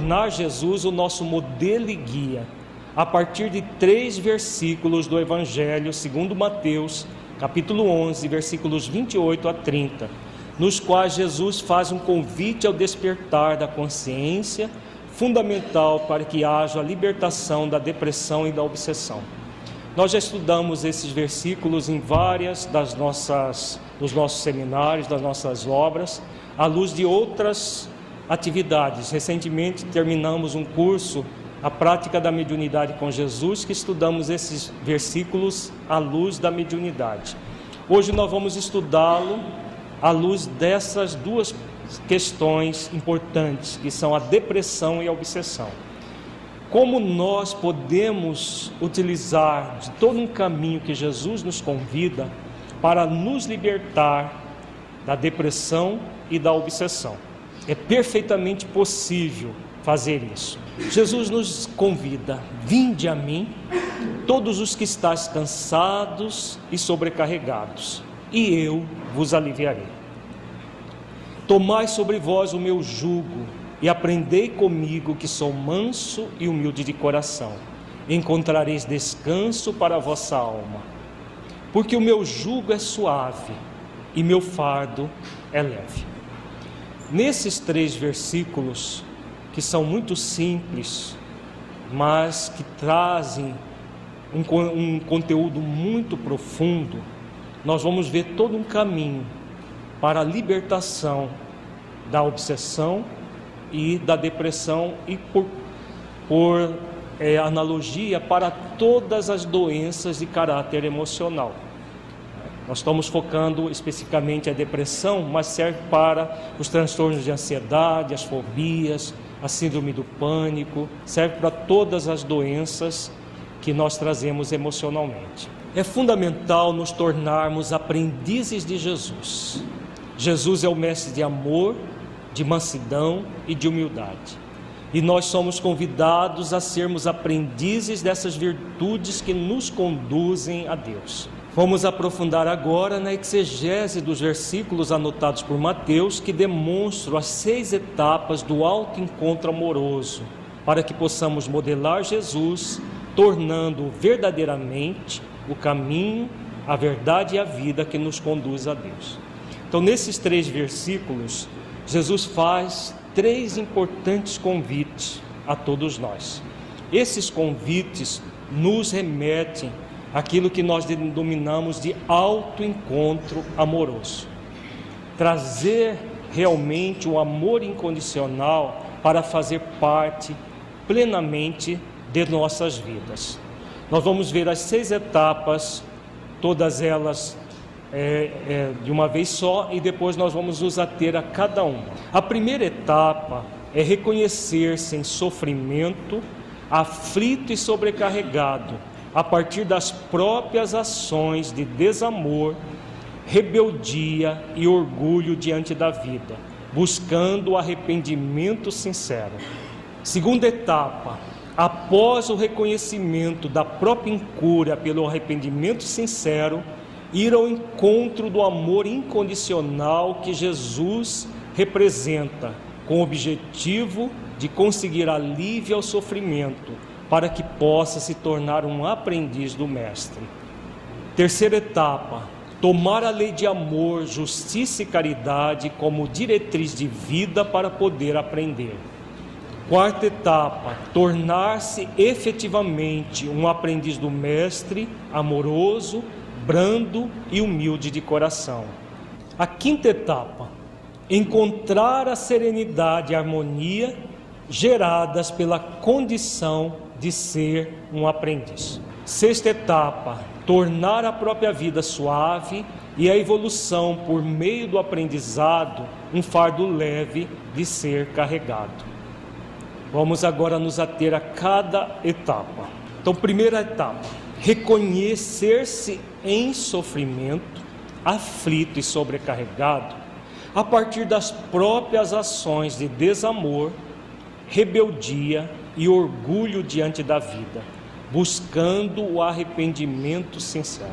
B: o nosso modelo e guia, a partir de 3 versículos do Evangelho segundo Mateus, capítulo 11, versículos 28 a 30, nos quais Jesus faz um convite ao despertar da consciência, fundamental para que haja a libertação da depressão e da obsessão. Nós já estudamos esses versículos em várias dos nossos seminários, das nossas obras, à luz de outras atividades. Recentemente terminamos um curso, A Prática da Mediunidade com Jesus, que estudamos esses versículos à luz da mediunidade. Hoje nós vamos estudá-lo à luz dessas duas questões importantes, que são a depressão e a obsessão. Como nós podemos utilizar de todo um caminho que Jesus nos convida para nos libertar da depressão e da obsessão. É perfeitamente possível fazer isso. Jesus nos convida: vinde a mim, todos os que estáis cansados e sobrecarregados, e eu vos aliviarei. Tomai sobre vós o meu jugo e aprendei comigo, que sou manso e humilde de coração. Encontrareis descanso para a vossa alma, porque o meu jugo é suave e meu fardo é leve. Nesses 3 versículos, que são muito simples, mas que trazem um conteúdo muito profundo, nós vamos ver todo um caminho para a libertação da obsessão e da depressão, e por analogia, para todas as doenças de caráter emocional. Nós estamos focando especificamente a depressão, mas serve para os transtornos de ansiedade, as fobias, a síndrome do pânico, serve para todas as doenças que nós trazemos emocionalmente. É fundamental nos tornarmos aprendizes de Jesus. Jesus é o mestre de amor, de mansidão e de humildade. E nós somos convidados a sermos aprendizes dessas virtudes que nos conduzem a Deus. Vamos aprofundar agora na exegese dos versículos anotados por Mateus, que demonstram as 6 etapas do autoencontro amoroso, para que possamos modelar Jesus, tornando verdadeiramente o caminho, a verdade e a vida que nos conduz a Deus. Então, nesses 3 versículos, Jesus faz 3 importantes convites a todos nós. Esses convites nos remetem àquilo que nós denominamos de autoencontro amoroso. Trazer realmente o amor incondicional para fazer parte plenamente de nossas vidas. Nós vamos ver as 6 etapas, todas elas de uma vez só, e depois nós vamos nos ater a cada uma. A primeira etapa é reconhecer-se em sofrimento, aflito e sobrecarregado, a partir das próprias ações de desamor, rebeldia e orgulho diante da vida, buscando o arrependimento sincero. Segunda etapa, após o reconhecimento da própria incúria pelo arrependimento sincero, ir ao encontro do amor incondicional que Jesus representa, com o objetivo de conseguir alívio ao sofrimento, para que possa se tornar um aprendiz do Mestre. Terceira etapa, tomar a lei de amor, justiça e caridade como diretriz de vida para poder aprender. Quarta etapa, tornar-se efetivamente um aprendiz do Mestre, amoroso, brando e humilde de coração. A quinta etapa, encontrar a serenidade e a harmonia geradas pela condição de ser um aprendiz. Sexta etapa, tornar a própria vida suave e a evolução por meio do aprendizado um fardo leve de ser carregado. Vamos agora nos ater a cada etapa. Então, primeira etapa, reconhecer-se em sofrimento, aflito e sobrecarregado, a partir das próprias ações de desamor, rebeldia e orgulho diante da vida, buscando o arrependimento sincero.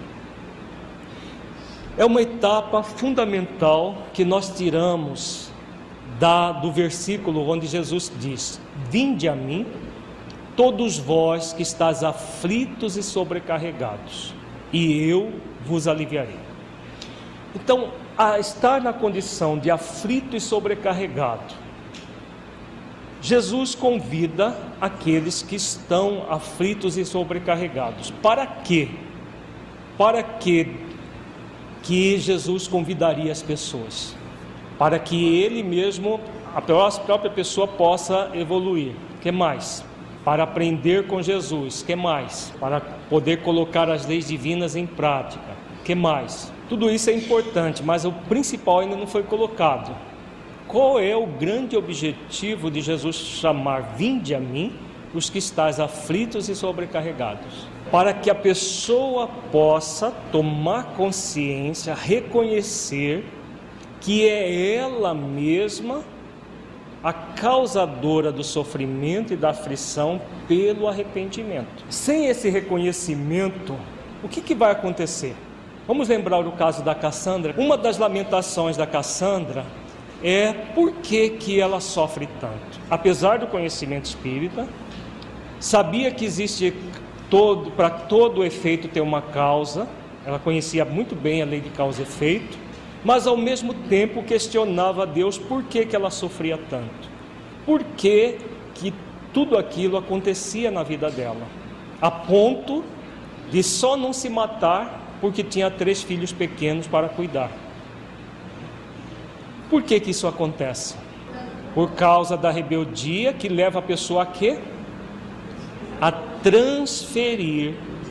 B: É uma etapa fundamental que nós tiramos do versículo onde Jesus diz: vinde a mim, todos vós que estáis aflitos e sobrecarregados, e eu vos aliviarei. Então, a estar na condição de aflito e sobrecarregado, Jesus convida aqueles que estão aflitos e sobrecarregados. Para quê? Para que Jesus convidaria as pessoas? Para que Ele mesmo, a própria pessoa, possa evoluir. O que mais? Para aprender com Jesus. O que mais? Para poder colocar as leis divinas em prática. O que mais? Tudo isso é importante, mas o principal ainda não foi colocado. Qual é o grande objetivo de Jesus chamar vinde a mim os que estáis aflitos e sobrecarregados? Para que a pessoa possa tomar consciência, reconhecer que é ela mesma a causadora do sofrimento e da aflição pelo arrependimento. Sem esse reconhecimento, o que vai acontecer? Vamos lembrar o caso da Cassandra. Uma das lamentações da Cassandra é por que ela sofre tanto. Apesar do conhecimento espírita, sabia que existe para todo efeito ter uma causa, ela conhecia muito bem a lei de causa e efeito, mas ao mesmo tempo questionava a Deus por que ela sofria tanto, por que tudo aquilo acontecia na vida dela, a ponto de só não se matar porque tinha 3 filhos pequenos para cuidar. Por que isso acontece? Por causa da rebeldia que leva a pessoa a quê? A transferir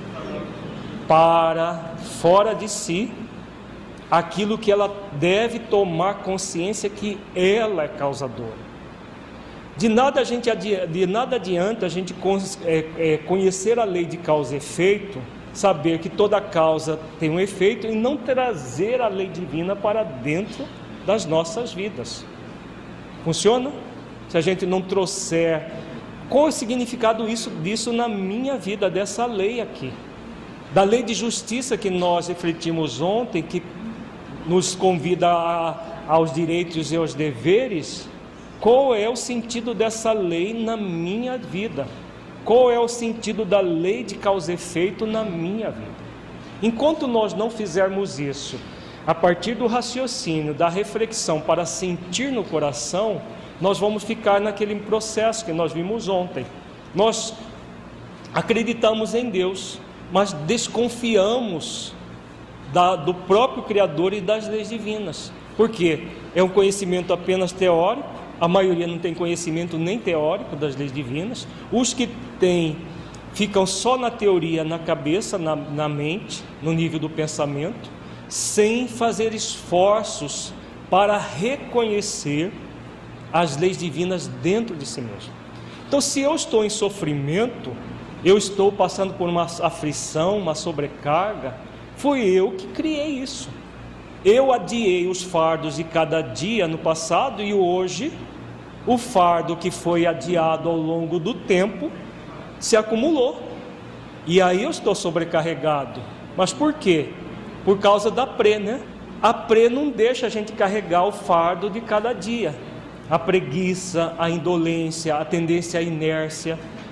B: para fora de si aquilo que ela deve tomar consciência que ela é causadora. De nada adianta a gente conhecer a lei de causa e efeito, saber que toda causa tem um efeito e não trazer a lei divina para dentro das nossas vidas. Funciona? Se a gente não trouxer qual é o significado disso na minha vida, dessa lei aqui, da lei de justiça que nós refletimos ontem, que nos convida aos direitos e aos deveres. Qual é o sentido dessa lei na minha vida? Qual é o sentido da lei de causa e efeito na minha vida? Enquanto nós não fizermos isso, a partir do raciocínio, da reflexão, para sentir no coração, nós vamos ficar naquele processo que nós vimos ontem. Nós acreditamos em Deus, mas desconfiamos do próprio Criador e das leis divinas. Por quê? É um conhecimento apenas teórico, a maioria não tem conhecimento nem teórico das leis divinas. Os que têm, ficam só na teoria, na cabeça, na mente, no nível do pensamento, sem fazer esforços para reconhecer as leis divinas dentro de si mesmo. Então, se eu estou em sofrimento, eu estou passando por uma aflição, uma sobrecarga, fui eu que criei isso. Eu adiei os fardos de cada dia no passado e hoje o fardo que foi adiado ao longo do tempo se acumulou. E aí eu estou sobrecarregado. Mas por quê? Por causa da pré, né? A pré não deixa a gente carregar o fardo de cada dia. A preguiça, a indolência, a tendência à inércia.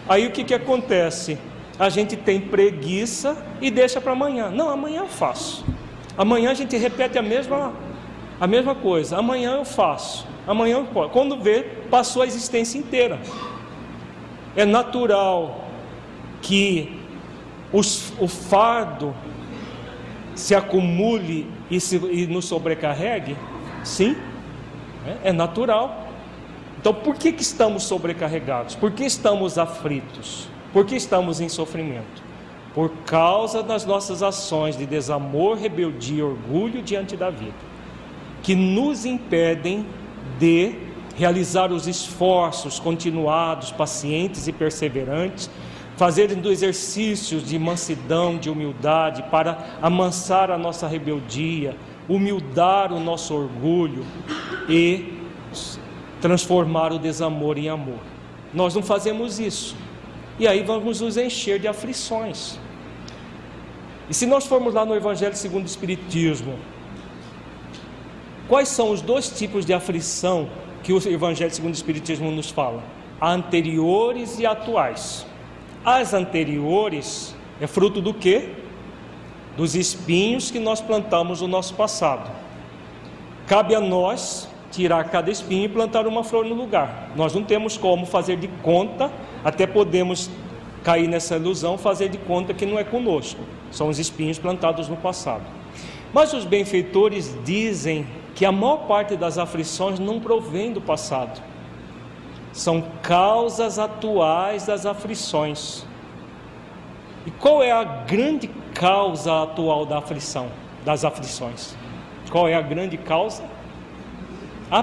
B: Aí o que acontece? A gente tem preguiça e deixa para amanhã. Não, amanhã eu faço. Amanhã a gente repete a mesma coisa. Amanhã eu faço. Amanhã eu posso. Quando vê, passou a existência inteira. É natural que o fardo se acumule e nos sobrecarregue? Sim, é natural. Então por que estamos sobrecarregados? Por que estamos aflitos? Por que estamos em sofrimento? Por causa das nossas ações de desamor, rebeldia e orgulho diante da vida, que nos impedem de realizar os esforços continuados, pacientes e perseverantes, fazerem do exercícios de mansidão, de humildade, para amansar a nossa rebeldia, humildar o nosso orgulho e transformar o desamor em amor. Nós não fazemos isso, e aí vamos nos encher de aflições. E se nós formos lá no Evangelho segundo o Espiritismo, quais são os dois tipos de aflição que o Evangelho segundo o Espiritismo nos fala? Anteriores e atuais. As anteriores é fruto do quê? Dos espinhos que nós plantamos no nosso passado. Cabe a nós tirar cada espinho e plantar uma flor no lugar. Nós não temos como fazer de conta, até podemos cair nessa ilusão, fazer de conta que não é conosco. São os espinhos plantados no passado. Mas os benfeitores dizem que a maior parte das aflições não provém do passado. São causas atuais das aflições. E qual é a grande causa atual da aflição, das aflições? Qual é a grande causa? A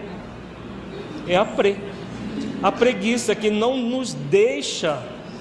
B: preguiça que não nos deixa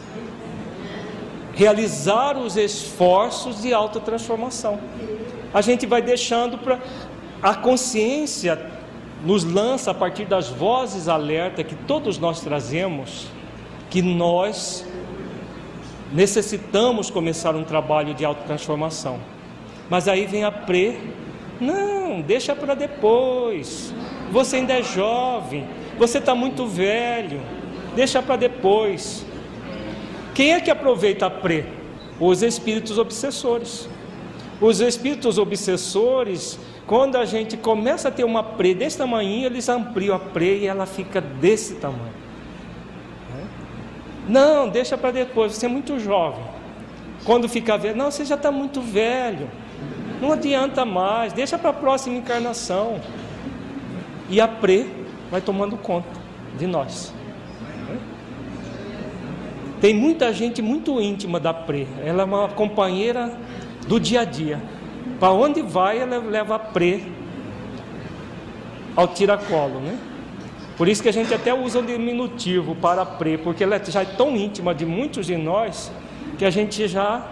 B: realizar os esforços de autotransformação. A gente vai deixando para... A consciência nos lança, a partir das vozes alerta que todos nós trazemos, que nós necessitamos começar um trabalho de autotransformação. Mas aí vem a não, deixa para depois, você ainda é jovem, você está muito velho, deixa para depois. Quem é que aproveita a Os espíritos obsessores. Os espíritos obsessores, quando a gente começa a ter uma desse tamanho, eles ampliam a e ela fica desse tamanho. Não, deixa para depois, você é muito jovem. Quando fica velho, não, você já está muito velho, não adianta mais, deixa para a próxima encarnação. E a vai tomando conta de nós. Tem muita gente muito íntima da ela é uma companheira do dia a dia. Para onde vai, ela leva a ao tiracolo, né? Por isso que a gente até usa o diminutivo para a porque ela já é tão íntima de muitos de nós, que a gente já...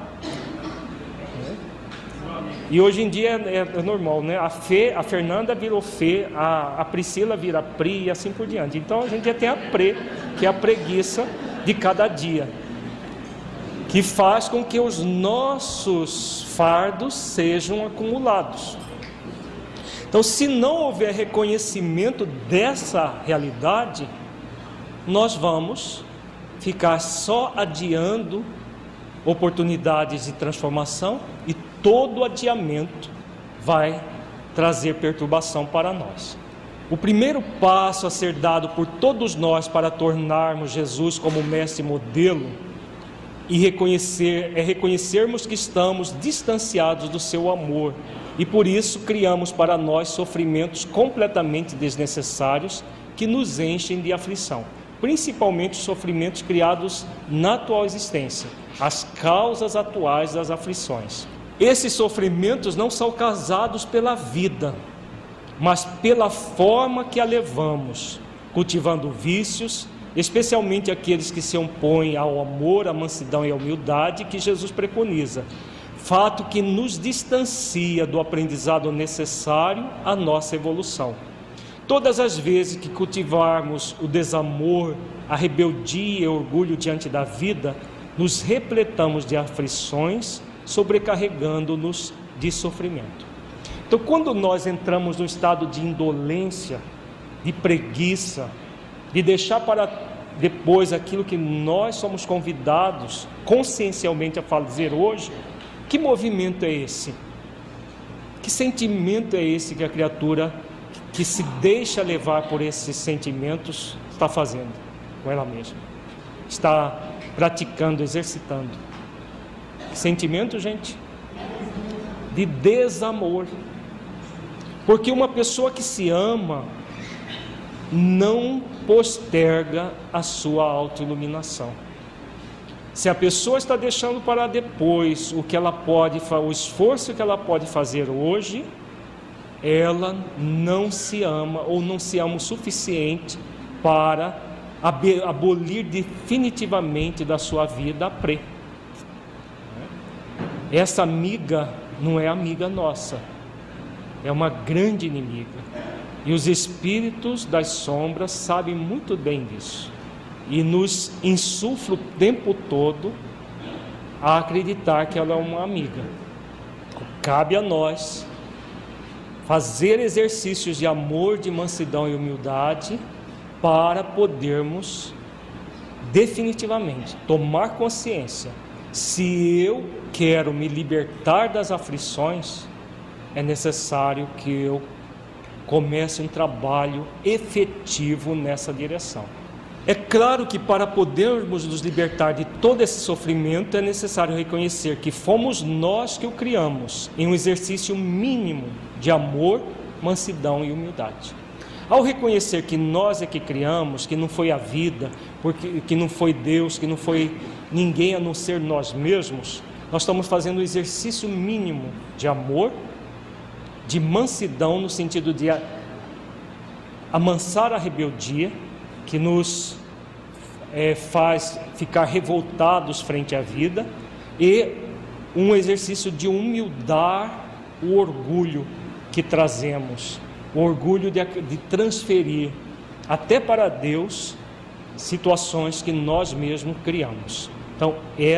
B: E hoje em dia é normal, né? A Fernanda virou Fê, a Priscila vira Pri e assim por diante. Então a gente já tem a que é a preguiça de cada dia, que faz com que os nossos fardos sejam acumulados. Então, se não houver reconhecimento dessa realidade, nós vamos ficar só adiando oportunidades de transformação, e todo adiamento vai trazer perturbação para nós. O primeiro passo a ser dado por todos nós para tornarmos Jesus como mestre modelo e reconhecermos que estamos distanciados do seu amor, e por isso criamos para nós sofrimentos completamente desnecessários que nos enchem de aflição, principalmente os sofrimentos criados na atual existência, as causas atuais das aflições. Esses sofrimentos não são causados pela vida, mas pela forma que a levamos, cultivando vícios, especialmente aqueles que se opõem ao amor, à mansidão e à humildade que Jesus preconiza, fato que nos distancia do aprendizado necessário à nossa evolução. Todas as vezes que cultivarmos o desamor, a rebeldia e o orgulho diante da vida, nos repletamos de aflições, sobrecarregando-nos de sofrimento. Então, quando nós entramos no estado de indolência, de preguiça, de deixar para depois aquilo que nós somos convidados consciencialmente a fazer hoje, que movimento é esse? Que sentimento é esse que a criatura que se deixa levar por esses sentimentos está fazendo com ela mesma? Está praticando, exercitando. Que sentimento, gente? De desamor. Porque uma pessoa que se ama não posterga a sua autoiluminação. Se a pessoa está deixando para depois o esforço que ela pode fazer hoje, ela não se ama ou não se ama o suficiente para abolir definitivamente da sua vida a pré. Essa amiga não é amiga nossa, é uma grande inimiga. E os espíritos das sombras sabem muito bem disso e nos insuflam o tempo todo a acreditar que ela é uma amiga. Cabe a nós fazer exercícios de amor, de mansidão e humildade para podermos definitivamente tomar consciência. Se eu quero me libertar das aflições, é necessário que eu comece um trabalho efetivo nessa direção. É claro que para podermos nos libertar de todo esse sofrimento é necessário reconhecer que fomos nós que o criamos em um exercício mínimo de amor, mansidão e humildade. Ao reconhecer que nós é que criamos, que não foi a vida, que não foi Deus, que não foi ninguém a não ser nós mesmos, nós estamos fazendo um exercício mínimo de amor, de mansidão no sentido de amansar a rebeldia, que nos faz ficar revoltados frente à vida, e um exercício de humildar o orgulho que trazemos, o orgulho de transferir até para Deus situações que nós mesmos criamos. Então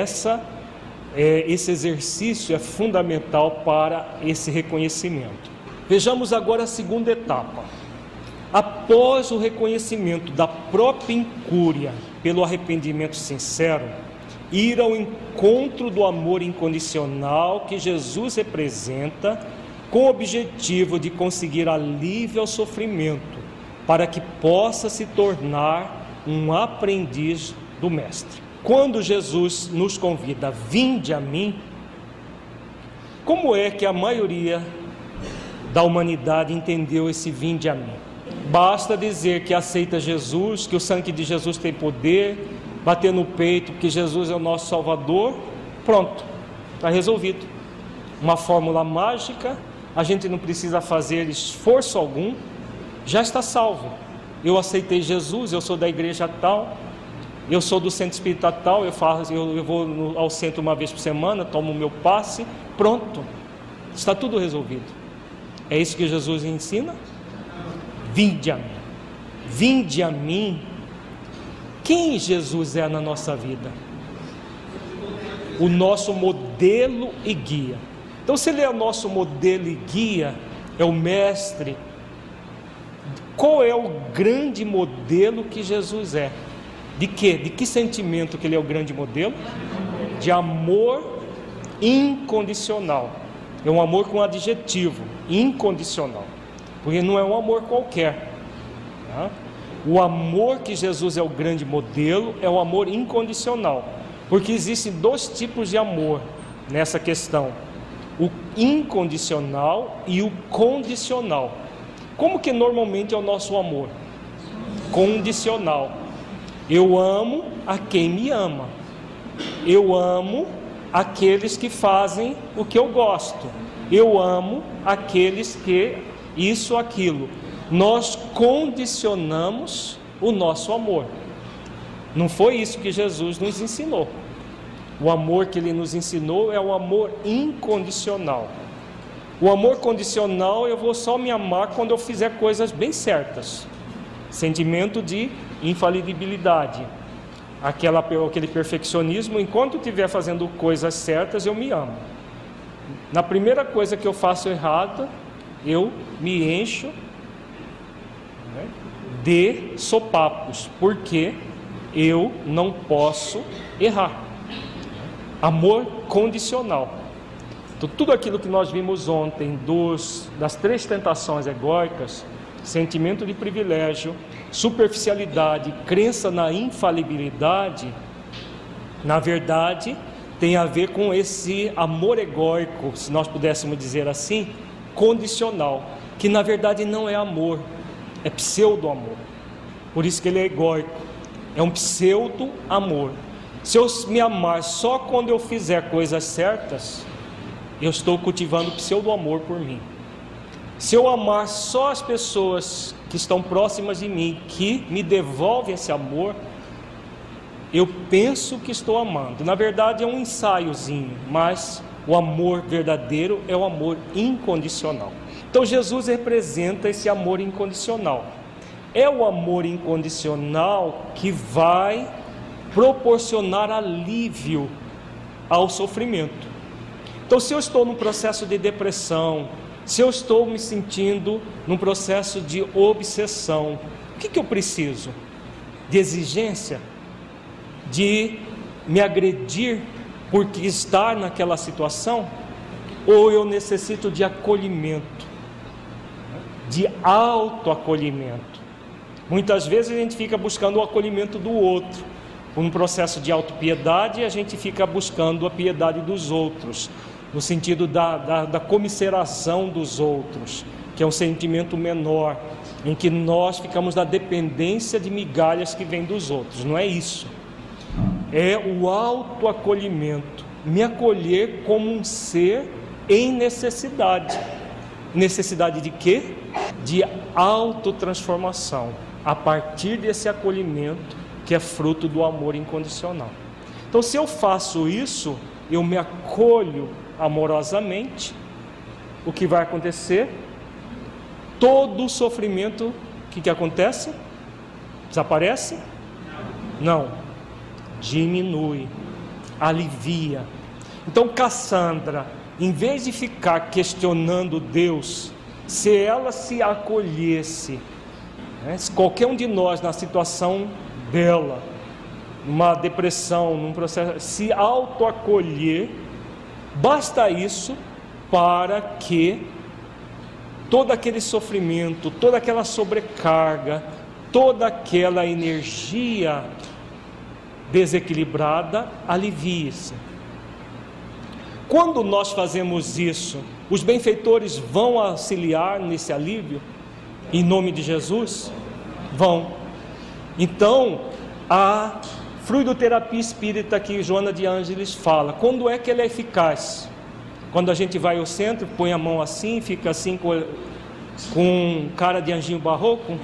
B: esse exercício é fundamental para esse reconhecimento. Vejamos agora a segunda etapa. Após o reconhecimento da própria incúria pelo arrependimento sincero, ir ao encontro do amor incondicional que Jesus representa, com o objetivo de conseguir alívio ao sofrimento, para que possa se tornar um aprendiz do Mestre. Quando Jesus nos convida, vinde a mim, como é que a maioria da humanidade entendeu esse vinde a mim? Basta dizer que aceita Jesus, que o sangue de Jesus tem poder, bater no peito que Jesus é o nosso Salvador, pronto, está resolvido. Uma fórmula mágica, a gente não precisa fazer esforço algum, já está salvo. Eu aceitei Jesus, eu sou da igreja tal, eu sou do centro espírita tal, eu vou ao centro uma vez por semana, tomo o meu passe, pronto, está tudo resolvido. É isso que Jesus ensina? Vinde a mim. Vinde a mim. Quem Jesus é na nossa vida? O nosso modelo e guia. Então, se Ele é o nosso modelo e guia, é o Mestre, qual é o grande modelo que Jesus é? De quê? De que sentimento que Ele é o grande modelo? De amor incondicional. É um amor com adjetivo, incondicional. Porque não é um amor qualquer. Tá? O amor que Jesus é o grande modelo é o amor incondicional. Porque existem dois tipos de amor nessa questão: o incondicional e o condicional. Como que normalmente é o nosso amor? Condicional. Eu amo a quem me ama. Eu amo aqueles que fazem o que eu gosto. Eu amo aqueles que isso, aquilo. Nós condicionamos o nosso amor. Não foi isso que Jesus nos ensinou. O amor que Ele nos ensinou é o amor incondicional. O amor condicional, eu vou só me amar quando eu fizer coisas bem certas. Sentimento de infalibilidade. Aquele perfeccionismo, enquanto eu estiver fazendo coisas certas, eu me amo. Na primeira coisa que eu faço errada, eu me encho de sopapos, porque eu não posso errar. Amor condicional. Então, tudo aquilo que nós vimos ontem das 3 tentações egóicas, sentimento de privilégio, superficialidade, crença na infalibilidade, na verdade, tem a ver com esse amor egóico, se nós pudéssemos dizer assim, condicional, que na verdade não é amor, é pseudo-amor. Por isso que ele é egóico, é um pseudo-amor. Se eu me amar só quando eu fizer coisas certas, eu estou cultivando pseudo-amor por mim. Se eu amar só as pessoas que estão próximas de mim, que me devolvem esse amor, eu penso que estou amando. Na verdade é um ensaiozinho, mas o amor verdadeiro é o amor incondicional. Então Jesus representa esse amor incondicional. É o amor incondicional que vai proporcionar alívio ao sofrimento. Então, se eu estou num processo de depressão, se eu estou me sentindo num processo de obsessão, o que eu preciso? De exigência? De me agredir por estar naquela situação? Ou eu necessito de acolhimento, de autoacolhimento? Muitas vezes a gente fica buscando o acolhimento do outro. Por um processo de autopiedade, a gente fica buscando a piedade dos outros, no sentido da comiseração dos outros, que é um sentimento menor, em que nós ficamos na dependência de migalhas que vêm dos outros. Não é isso. É o autoacolhimento, me acolher como um ser em necessidade. Necessidade de quê? De autotransformação, a partir desse acolhimento que é fruto do amor incondicional. Então, se eu faço isso, eu me acolho amorosamente, o que vai acontecer? Todo o sofrimento, o que acontece? Desaparece? Não. Diminui, alivia. Então Cassandra, em vez de ficar questionando Deus, se ela se acolhesse, se qualquer um de nós na situação dela, numa depressão, num processo, se autoacolher, basta isso para que todo aquele sofrimento, toda aquela sobrecarga, toda aquela energia desequilibrada alivie-se. Quando nós fazemos isso, os benfeitores vão auxiliar nesse alívio, em nome de Jesus? Vão. Então, a fluidoterapia espírita que Joana de Ângeles fala, quando é que ela é eficaz? Quando a gente vai ao centro, põe a mão assim, fica assim com cara de anjinho barroco,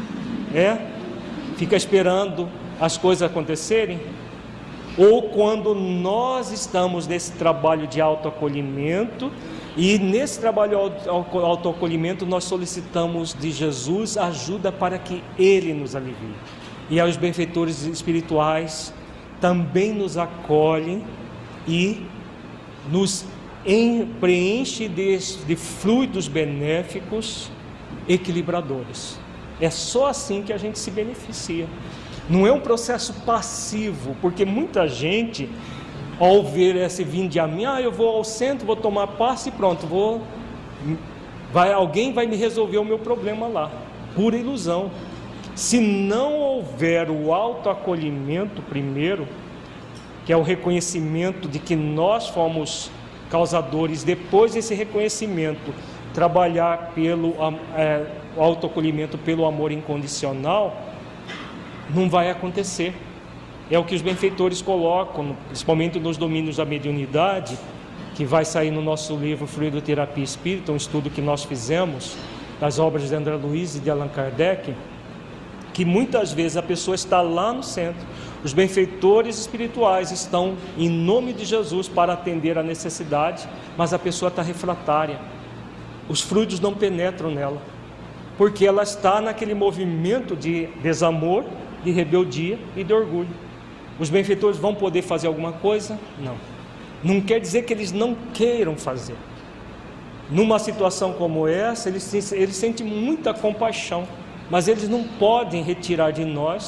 B: fica esperando as coisas acontecerem? Ou quando nós estamos nesse trabalho de autoacolhimento, e nesse trabalho de autoacolhimento nós solicitamos de Jesus ajuda para que Ele nos alivie. E aí os benfeitores espirituais também nos acolhem e nos preenche de fluidos benéficos equilibradores. É só assim que a gente se beneficia. Não é um processo passivo, porque muita gente, ao ver esse vinde a mim, eu vou ao centro, vou tomar passe e pronto, alguém vai me resolver o meu problema lá. Pura ilusão. Se não houver o autoacolhimento primeiro, que é o reconhecimento de que nós fomos causadores, depois desse reconhecimento, trabalhar pelo autoacolhimento, pelo amor incondicional, não vai acontecer. É o que os benfeitores colocam, principalmente nos domínios da mediunidade, que vai sair no nosso livro Fluidoterapia Espírita, um estudo que nós fizemos das obras de André Luiz e de Allan Kardec, que muitas vezes a pessoa está lá no centro, os benfeitores espirituais estão em nome de Jesus para atender a necessidade, mas a pessoa está refratária, os fluidos não penetram nela, porque ela está naquele movimento de desamor, de rebeldia e de orgulho. Os benfeitores vão poder fazer alguma coisa? Não. Não quer dizer que eles não queiram fazer. Numa situação como essa, eles sentem muita compaixão, mas eles não podem retirar de nós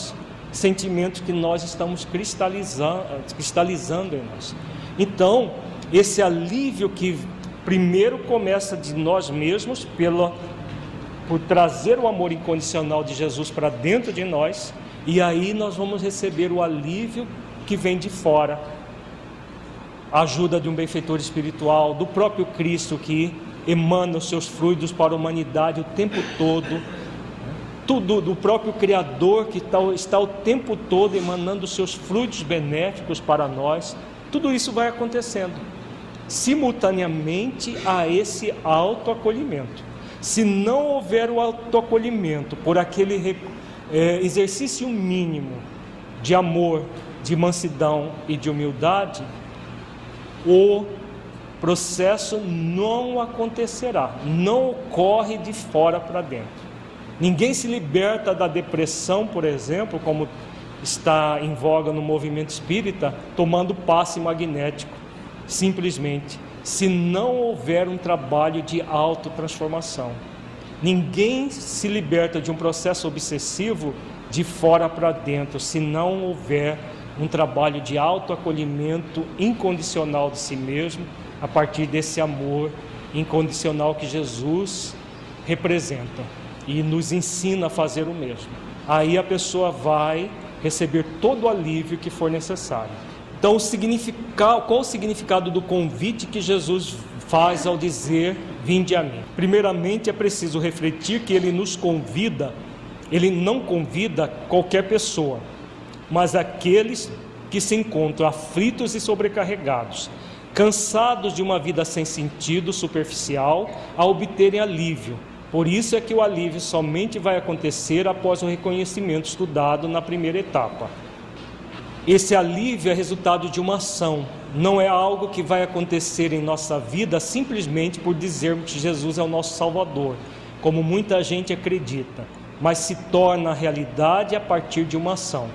B: sentimentos que nós estamos cristalizando em nós. Então, esse alívio que primeiro começa de nós mesmos, por trazer o amor incondicional de Jesus para dentro de nós, e aí nós vamos receber o alívio que vem de fora, a ajuda de um benfeitor espiritual, do próprio Cristo que emana os seus frutos para a humanidade o tempo todo, tudo do próprio Criador que está o tempo todo emanando os seus frutos benéficos para nós. Tudo isso vai acontecendo simultaneamente a esse autoacolhimento. Se não houver o autoacolhimento por aquele exercício mínimo de amor, de mansidão e de humildade, o processo não acontecerá, não ocorre de fora para dentro. Ninguém se liberta da depressão, por exemplo, como está em voga no movimento espírita, tomando passe magnético, simplesmente, se não houver um trabalho de autotransformação. Ninguém se liberta de um processo obsessivo de fora para dentro, se não houver um trabalho de autoacolhimento incondicional de si mesmo, a partir desse amor incondicional que Jesus representa e nos ensina a fazer o mesmo. Aí a pessoa vai receber todo o alívio que for necessário. Então, qual o significado do convite que Jesus faz ao dizer: vinde a mim? Primeiramente, é preciso refletir que ele nos convida, ele não convida qualquer pessoa, mas aqueles que se encontram aflitos e sobrecarregados, cansados de uma vida sem sentido, superficial, a obterem alívio. Por isso é que o alívio somente vai acontecer após o reconhecimento estudado na primeira etapa. Esse alívio é resultado de uma ação, não é algo que vai acontecer em nossa vida simplesmente por dizermos que Jesus é o nosso Salvador, como muita gente acredita, mas se torna realidade a partir de uma ação.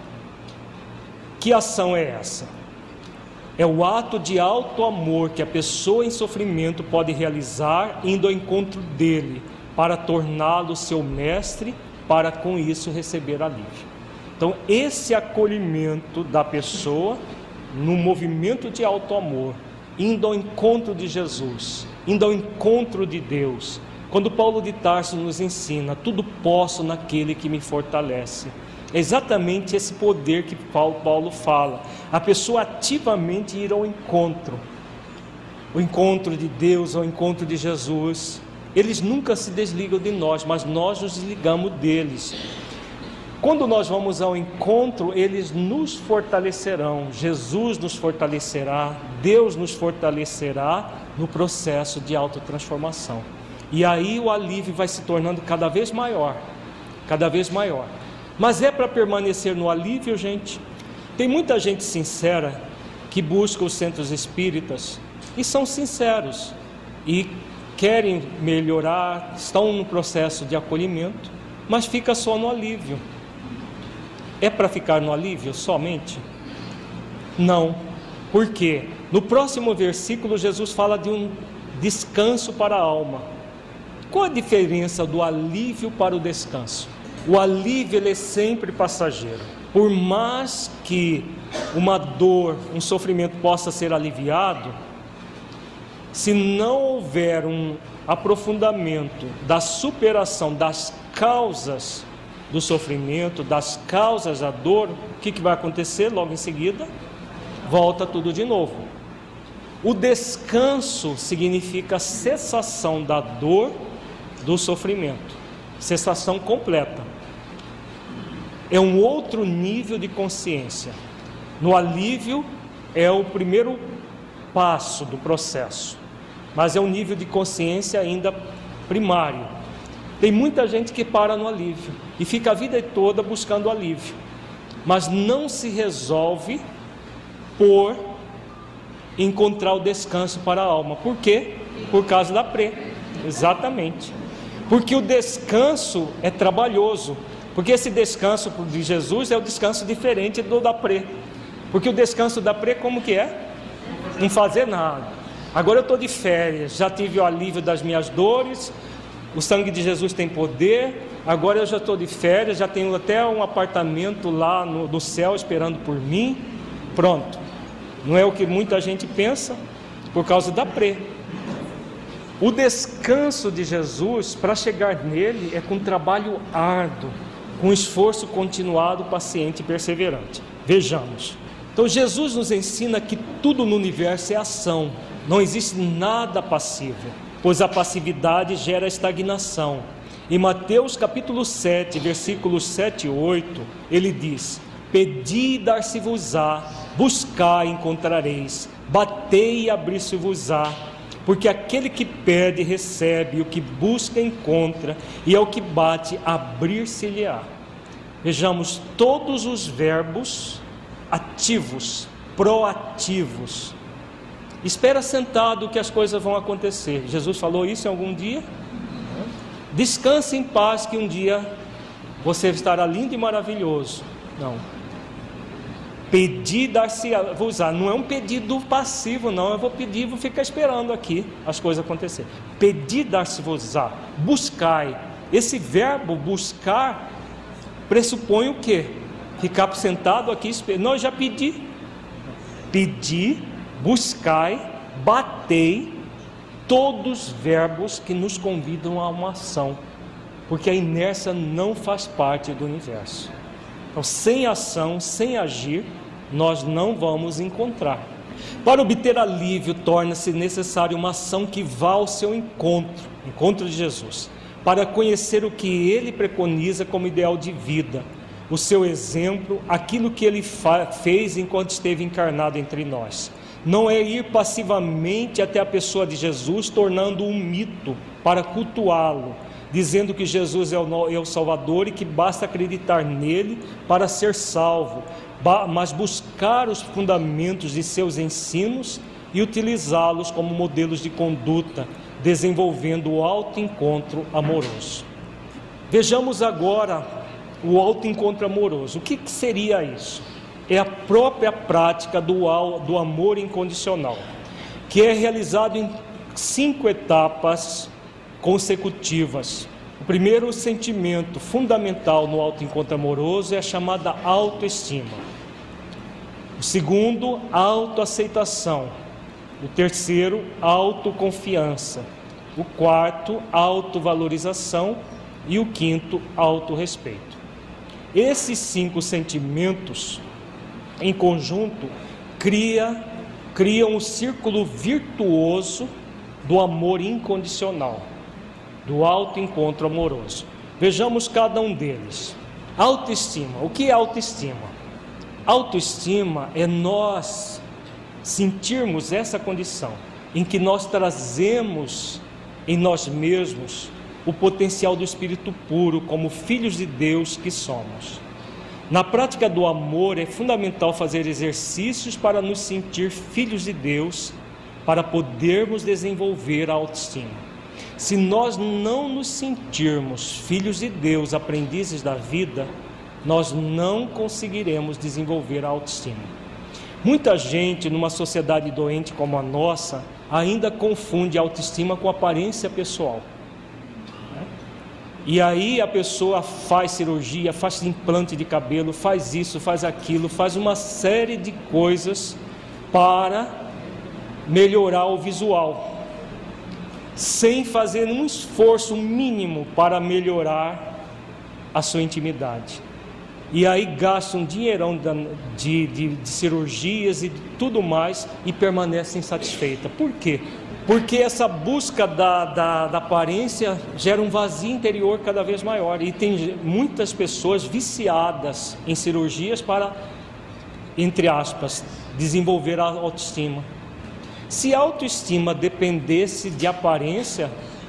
B: Que ação é essa? É o ato de alto amor que a pessoa em sofrimento pode realizar indo ao encontro dele, para torná-lo seu mestre, para com isso receber alívio. Então, esse acolhimento da pessoa no movimento de alto amor, indo ao encontro de Jesus, indo ao encontro de Deus. Quando Paulo de Tarso nos ensina: tudo posso naquele que me fortalece, é exatamente esse poder que Paulo fala, a pessoa ativamente ir ao encontro, o encontro de Deus, ao encontro de Jesus. Eles nunca se desligam de nós, mas nós nos desligamos deles. Quando nós vamos ao encontro, eles nos fortalecerão, Jesus nos fortalecerá, Deus nos fortalecerá no processo de autotransformação. E aí o alívio vai se tornando cada vez maior, cada vez maior. Mas é para permanecer no alívio, gente? Tem muita gente sincera que busca os centros espíritas e são sinceros e querem melhorar, estão no processo de acolhimento, mas fica só no alívio. É para ficar no alívio somente? Não. Por quê? No próximo versículo, Jesus fala de um descanso para a alma. Qual a diferença do alívio para o descanso? O alívio ele é sempre passageiro. Por mais que uma dor, um sofrimento possa ser aliviado, se não houver um aprofundamento da superação das causas do sofrimento, das causas da dor, o que vai acontecer logo em seguida? Volta tudo de novo. O descanso significa cessação da dor, do sofrimento, cessação completa. É um outro nível de consciência. No alívio é o primeiro passo do processo, mas é um nível de consciência ainda primário. Tem muita gente que para no alívio e fica a vida toda buscando alívio, mas não se resolve por encontrar o descanso para a alma. Por quê? Por causa da pré. Exatamente. Porque o descanso é trabalhoso. Porque esse descanso de Jesus é o descanso diferente do da pré. Porque o descanso da pré como que é? Não fazer nada. Agora eu estou de férias, já tive o alívio das minhas dores, o sangue de Jesus tem poder, agora eu já estou de férias, já tenho até um apartamento lá no céu esperando por mim, pronto. Não é o que muita gente pensa, por causa da O descanso de Jesus, para chegar nele, é com trabalho árduo, com esforço continuado, paciente e perseverante. Vejamos. Então Jesus nos ensina que tudo no universo é ação, não existe nada passivo, pois a passividade gera estagnação. Em Mateus capítulo 7, versículos 7 e 8, ele diz: pedi e dar-se-vos-á, buscai e encontrareis, batei e abrir-se-vos-á, porque aquele que pede recebe, o que busca encontra, e ao que bate abrir-se-lhe-á. Vejamos, todos os verbos ativos, proativos. Espera sentado que as coisas vão acontecer. Jesus falou isso em algum dia? Descanse em paz que um dia você estará lindo e maravilhoso. Não. Pedir, dar-se-vos-á. Não é um pedido passivo, não. Eu vou pedir, vou ficar esperando aqui as coisas acontecerem. Pedir, dar-se-vos-á. Buscai. Esse verbo buscar pressupõe o quê? Ficar sentado aqui esperando. Não, eu já pedi. Pedir, buscai, batei. Todos verbos que nos convidam a uma ação, porque a inércia não faz parte do universo. Então, sem ação, sem agir, nós não vamos encontrar. Para obter alívio, torna-se necessário uma ação que vá ao seu encontro de Jesus, para conhecer o que ele preconiza como ideal de vida, o seu exemplo, aquilo que ele fez enquanto esteve encarnado entre nós. Não é ir passivamente até a pessoa de Jesus, tornando um mito para cultuá-lo, dizendo que Jesus é o Salvador e que basta acreditar nele para ser salvo, mas buscar os fundamentos de seus ensinos e utilizá-los como modelos de conduta, desenvolvendo o autoencontro amoroso. Vejamos agora o autoencontro amoroso. O que seria isso? É a própria prática do amor incondicional, que é realizado em 5 etapas consecutivas. O primeiro sentimento fundamental no autoencontro amoroso é a chamada autoestima. O segundo, autoaceitação. O terceiro, autoconfiança. O quarto, autovalorização. E o quinto, autorrespeito. Esses 5 sentimentos em conjunto, criam um círculo virtuoso do amor incondicional, do autoencontro amoroso. Vejamos cada um deles. Autoestima. O que é autoestima? Autoestima é nós sentirmos essa condição, em que nós trazemos em nós mesmos o potencial do Espírito puro, como filhos de Deus que somos. Na prática do amor é fundamental fazer exercícios para nos sentir filhos de Deus, para podermos desenvolver a autoestima. Se nós não nos sentirmos filhos de Deus, aprendizes da vida, nós não conseguiremos desenvolver a autoestima. Muita gente, numa sociedade doente como a nossa, ainda confunde a autoestima com aparência pessoal. E aí a pessoa faz cirurgia, faz implante de cabelo, faz isso, faz aquilo, faz uma série de coisas para melhorar o visual, sem fazer um esforço mínimo para melhorar a sua intimidade. E aí gasta um dinheirão de cirurgias e tudo mais e permanece insatisfeita. Por quê? Porque essa busca da aparência gera um vazio interior cada vez maior. E tem muitas pessoas viciadas em cirurgias para, entre aspas, desenvolver a autoestima. Se a autoestima dependesse de aparência,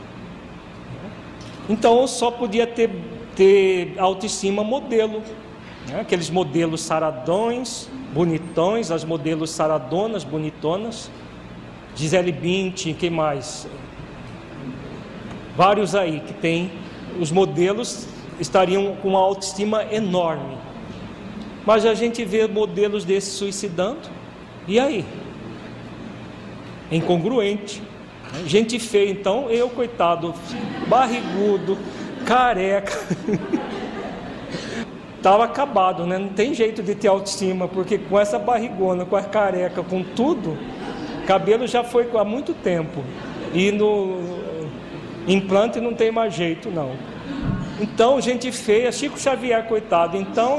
B: então eu só podia ter autoestima modelo, né? Aqueles modelos saradões, bonitões, as modelos saradonas, bonitonas, Gisele Bündchen, quem mais? Vários aí que tem, os modelos estariam com uma autoestima enorme. Mas a gente vê modelos desses suicidando, e aí? É incongruente. Gente feia, então, eu, coitado, barrigudo, careca, estava acabado, né? Não tem jeito de ter autoestima, porque com essa barrigona, com a careca, com tudo, cabelo já foi há muito tempo, e no implante não tem mais jeito, não. Então, gente feia, Chico Xavier, coitado, então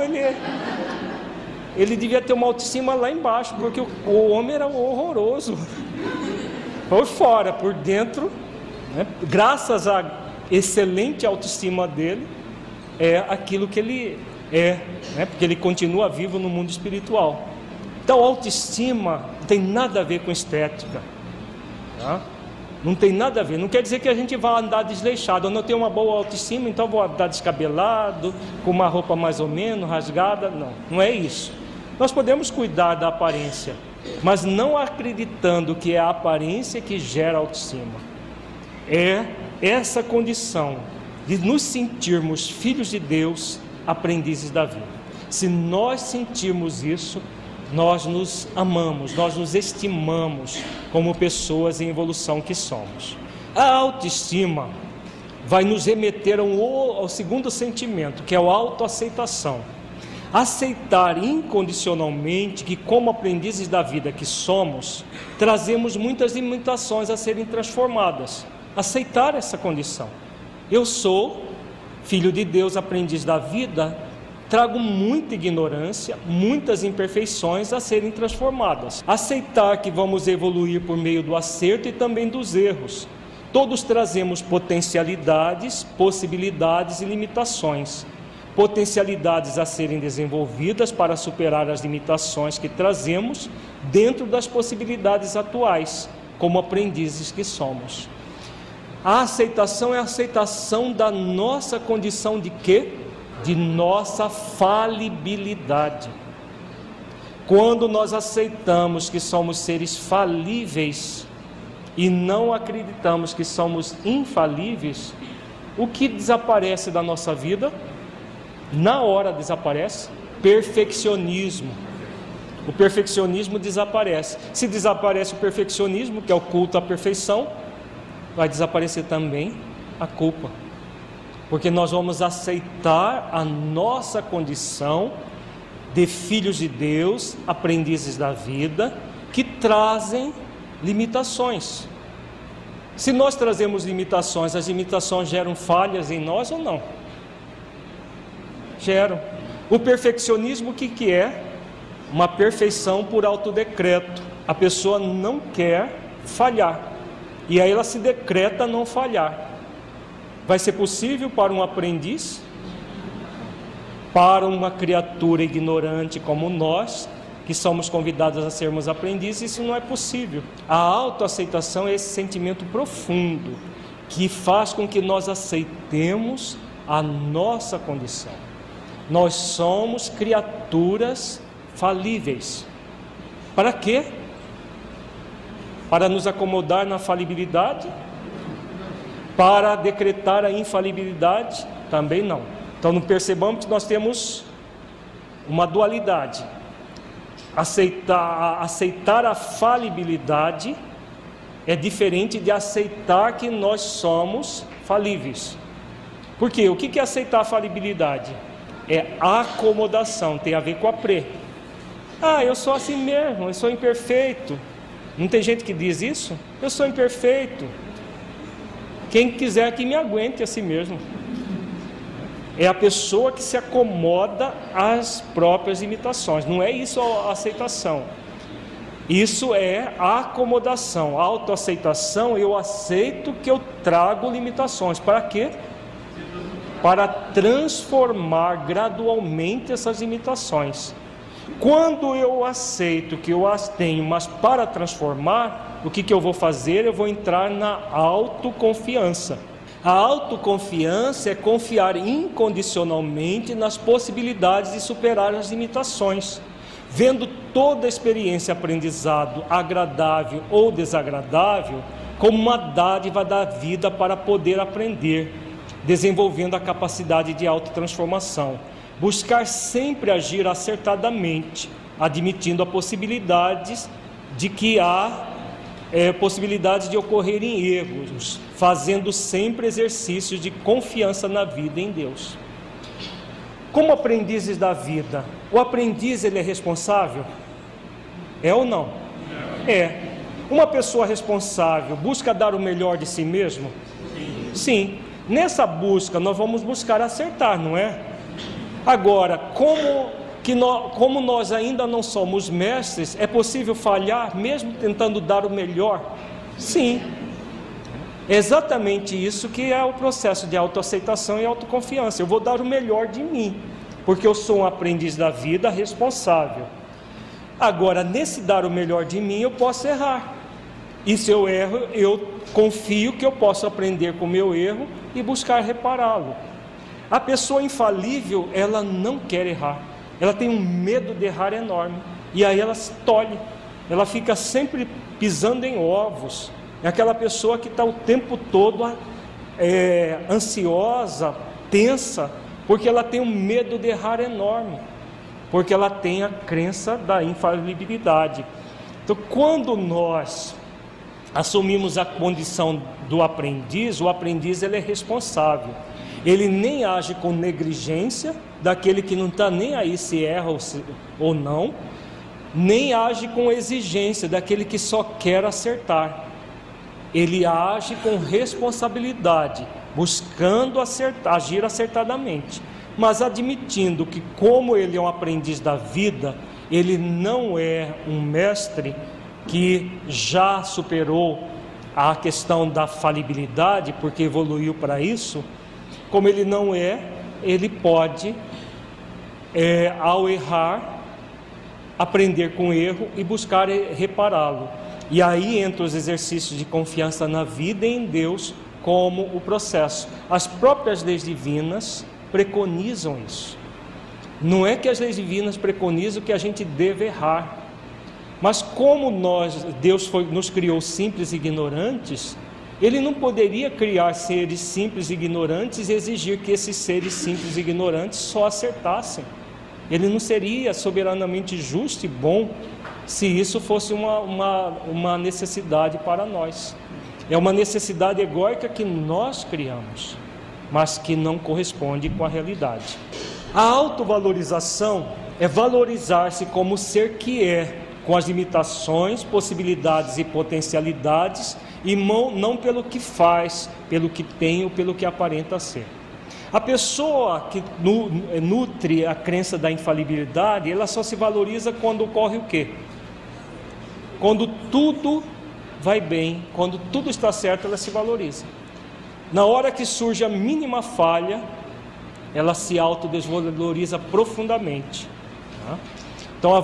B: ele devia ter uma autoestima lá embaixo, porque o homem era horroroso, por fora, por dentro, né? Graças à excelente autoestima dele, é aquilo que ele é, né? Porque ele continua vivo no mundo espiritual. Então, autoestima não tem nada a ver com estética, tá? Não tem nada a ver, não quer dizer que a gente vai andar desleixado. Eu não tenho uma boa autoestima, então vou andar descabelado, com uma roupa mais ou menos rasgada. Não é isso. Nós podemos cuidar da aparência, mas não acreditando que é a aparência que gera autoestima. É essa condição de nos sentirmos filhos de Deus, aprendizes da vida. Se nós sentirmos isso, nós nos amamos, nós nos estimamos como pessoas em evolução que somos. A autoestima vai nos remeter ao segundo sentimento, que é a autoaceitação. Aceitar incondicionalmente que, como aprendizes da vida que somos, trazemos muitas limitações a serem transformadas. Aceitar essa condição. Eu sou filho de Deus, aprendiz da vida, trago muita ignorância, muitas imperfeições a serem transformadas. Aceitar que vamos evoluir por meio do acerto e também dos erros. Todos trazemos potencialidades, possibilidades e limitações. Potencialidades a serem desenvolvidas para superar as limitações que trazemos dentro das possibilidades atuais, como aprendizes que somos. A aceitação é a aceitação da nossa condição de quê? De nossa falibilidade. Quando nós aceitamos que somos seres falíveis e não acreditamos que somos infalíveis, o que desaparece da nossa vida? Na hora desaparece perfeccionismo. O perfeccionismo desaparece. Se desaparece o perfeccionismo, que é o culto à perfeição, vai desaparecer também a culpa. Porque nós vamos aceitar a nossa condição de filhos de Deus, aprendizes da vida, que trazem limitações. Se nós trazemos limitações, as limitações geram falhas em nós ou não? Geram. O perfeccionismo, o que é? Uma perfeição por autodecreto. A pessoa não quer falhar, e aí ela se decreta não falhar. Vai ser possível para um aprendiz, para uma criatura ignorante como nós, que somos convidados a sermos aprendizes? Isso não é possível. A autoaceitação é esse sentimento profundo que faz com que nós aceitemos a nossa condição. Nós somos criaturas falíveis. Para quê? Para nos acomodar na falibilidade? Para decretar a infalibilidade? Também não. Então, não percebamos que nós temos uma dualidade. Aceitar a falibilidade é diferente de aceitar que nós somos falíveis. Por quê? O que é aceitar a falibilidade? É acomodação, tem a ver com a eu sou assim mesmo, eu sou imperfeito. Não tem gente que diz isso? Eu sou imperfeito. Quem quiser que me aguente a si mesmo. É a pessoa que se acomoda às próprias limitações. Não é isso a aceitação. Isso é a acomodação. A autoaceitação, eu aceito que eu trago limitações. Para quê? Para transformar gradualmente essas limitações. Quando eu aceito que eu as tenho, mas para transformar, o que eu vou fazer? Eu vou entrar na autoconfiança. A autoconfiança é confiar incondicionalmente nas possibilidades de superar as limitações, vendo toda a experiência aprendizado, agradável ou desagradável, como uma dádiva da vida para poder aprender, desenvolvendo a capacidade de autotransformação. Buscar sempre agir acertadamente, admitindo a possibilidade de que há possibilidade de ocorrerem erros, fazendo sempre exercícios de confiança na vida em Deus. Como aprendizes da vida, o aprendiz ele é responsável? É ou não? É. Uma pessoa responsável busca dar o melhor de si mesmo? Sim. Nessa busca nós vamos buscar acertar, não é? Agora, como nós ainda não somos mestres, é possível falhar mesmo tentando dar o melhor? Sim. É exatamente isso que é o processo de autoaceitação e autoconfiança. Eu vou dar o melhor de mim, porque eu sou um aprendiz da vida responsável. Agora, nesse dar o melhor de mim, eu posso errar. E se eu erro, eu confio que eu posso aprender com o meu erro e buscar repará-lo. A pessoa infalível, ela não quer errar. Ela tem um medo de errar enorme. E aí ela se tolhe. Ela fica sempre pisando em ovos. É aquela pessoa que está o tempo todo ansiosa, tensa, porque ela tem um medo de errar enorme. Porque ela tem a crença da infalibilidade. Então, quando nós assumimos a condição do aprendiz, o aprendiz ele é responsável. Ele nem age com negligência, daquele que não está nem aí se erra ou não, nem age com exigência, daquele que só quer acertar. Ele age com responsabilidade, buscando agir acertadamente, mas admitindo que, como ele é um aprendiz da vida, ele não é um mestre que já superou a questão da falibilidade, porque evoluiu para isso. Como ele não é, ele pode, ao errar, aprender com o erro e buscar repará-lo. E aí entra os exercícios de confiança na vida e em Deus como o processo. As próprias leis divinas preconizam isso. Não é que as leis divinas preconizam que a gente deve errar, mas como Deus nos criou simples e ignorantes, Ele não poderia criar seres simples e ignorantes e exigir que esses seres simples e ignorantes só acertassem. Ele não seria soberanamente justo e bom se isso fosse uma necessidade para nós. É uma necessidade egóica que nós criamos, mas que não corresponde com a realidade. A autovalorização é valorizar-se como ser que é, com as limitações, possibilidades e potencialidades, e não pelo que faz, pelo que tem ou pelo que aparenta ser. A pessoa que nutre a crença da infalibilidade, ela só se valoriza quando ocorre o quê? Quando tudo vai bem, quando tudo está certo, ela se valoriza. Na hora que surge a mínima falha, ela se autodesvaloriza profundamente. Então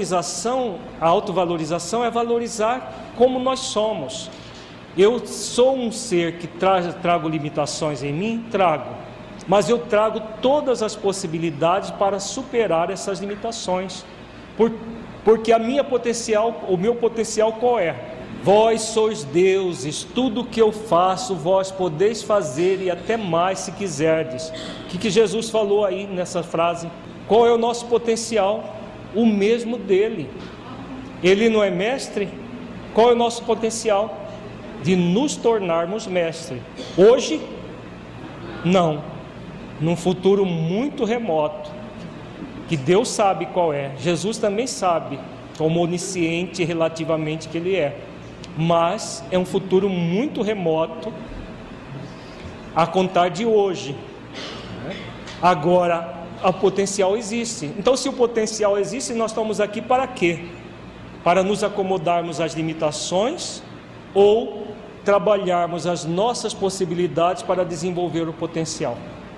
B: a autovalorização é valorizar como nós somos. Eu sou um ser que trago limitações em mim? Trago. Mas eu trago todas as possibilidades para superar essas limitações. Porque o meu potencial qual é? Vós sois deuses, tudo o que eu faço, vós podeis fazer e até mais se quiserdes. O que Jesus falou aí nessa frase? Qual é o nosso potencial? O mesmo dele. Ele não é mestre? Qual é o nosso potencial? De nos tornarmos mestres. Hoje, não. Num futuro muito remoto, que Deus sabe qual é. Jesus também sabe, como onisciente relativamente que Ele é. Mas é um futuro muito remoto, a contar de hoje. Agora, o potencial existe. Então, se o potencial existe, nós estamos aqui para quê? Para nos acomodarmos às limitações ou trabalharmos as nossas possibilidades para desenvolver o potencial?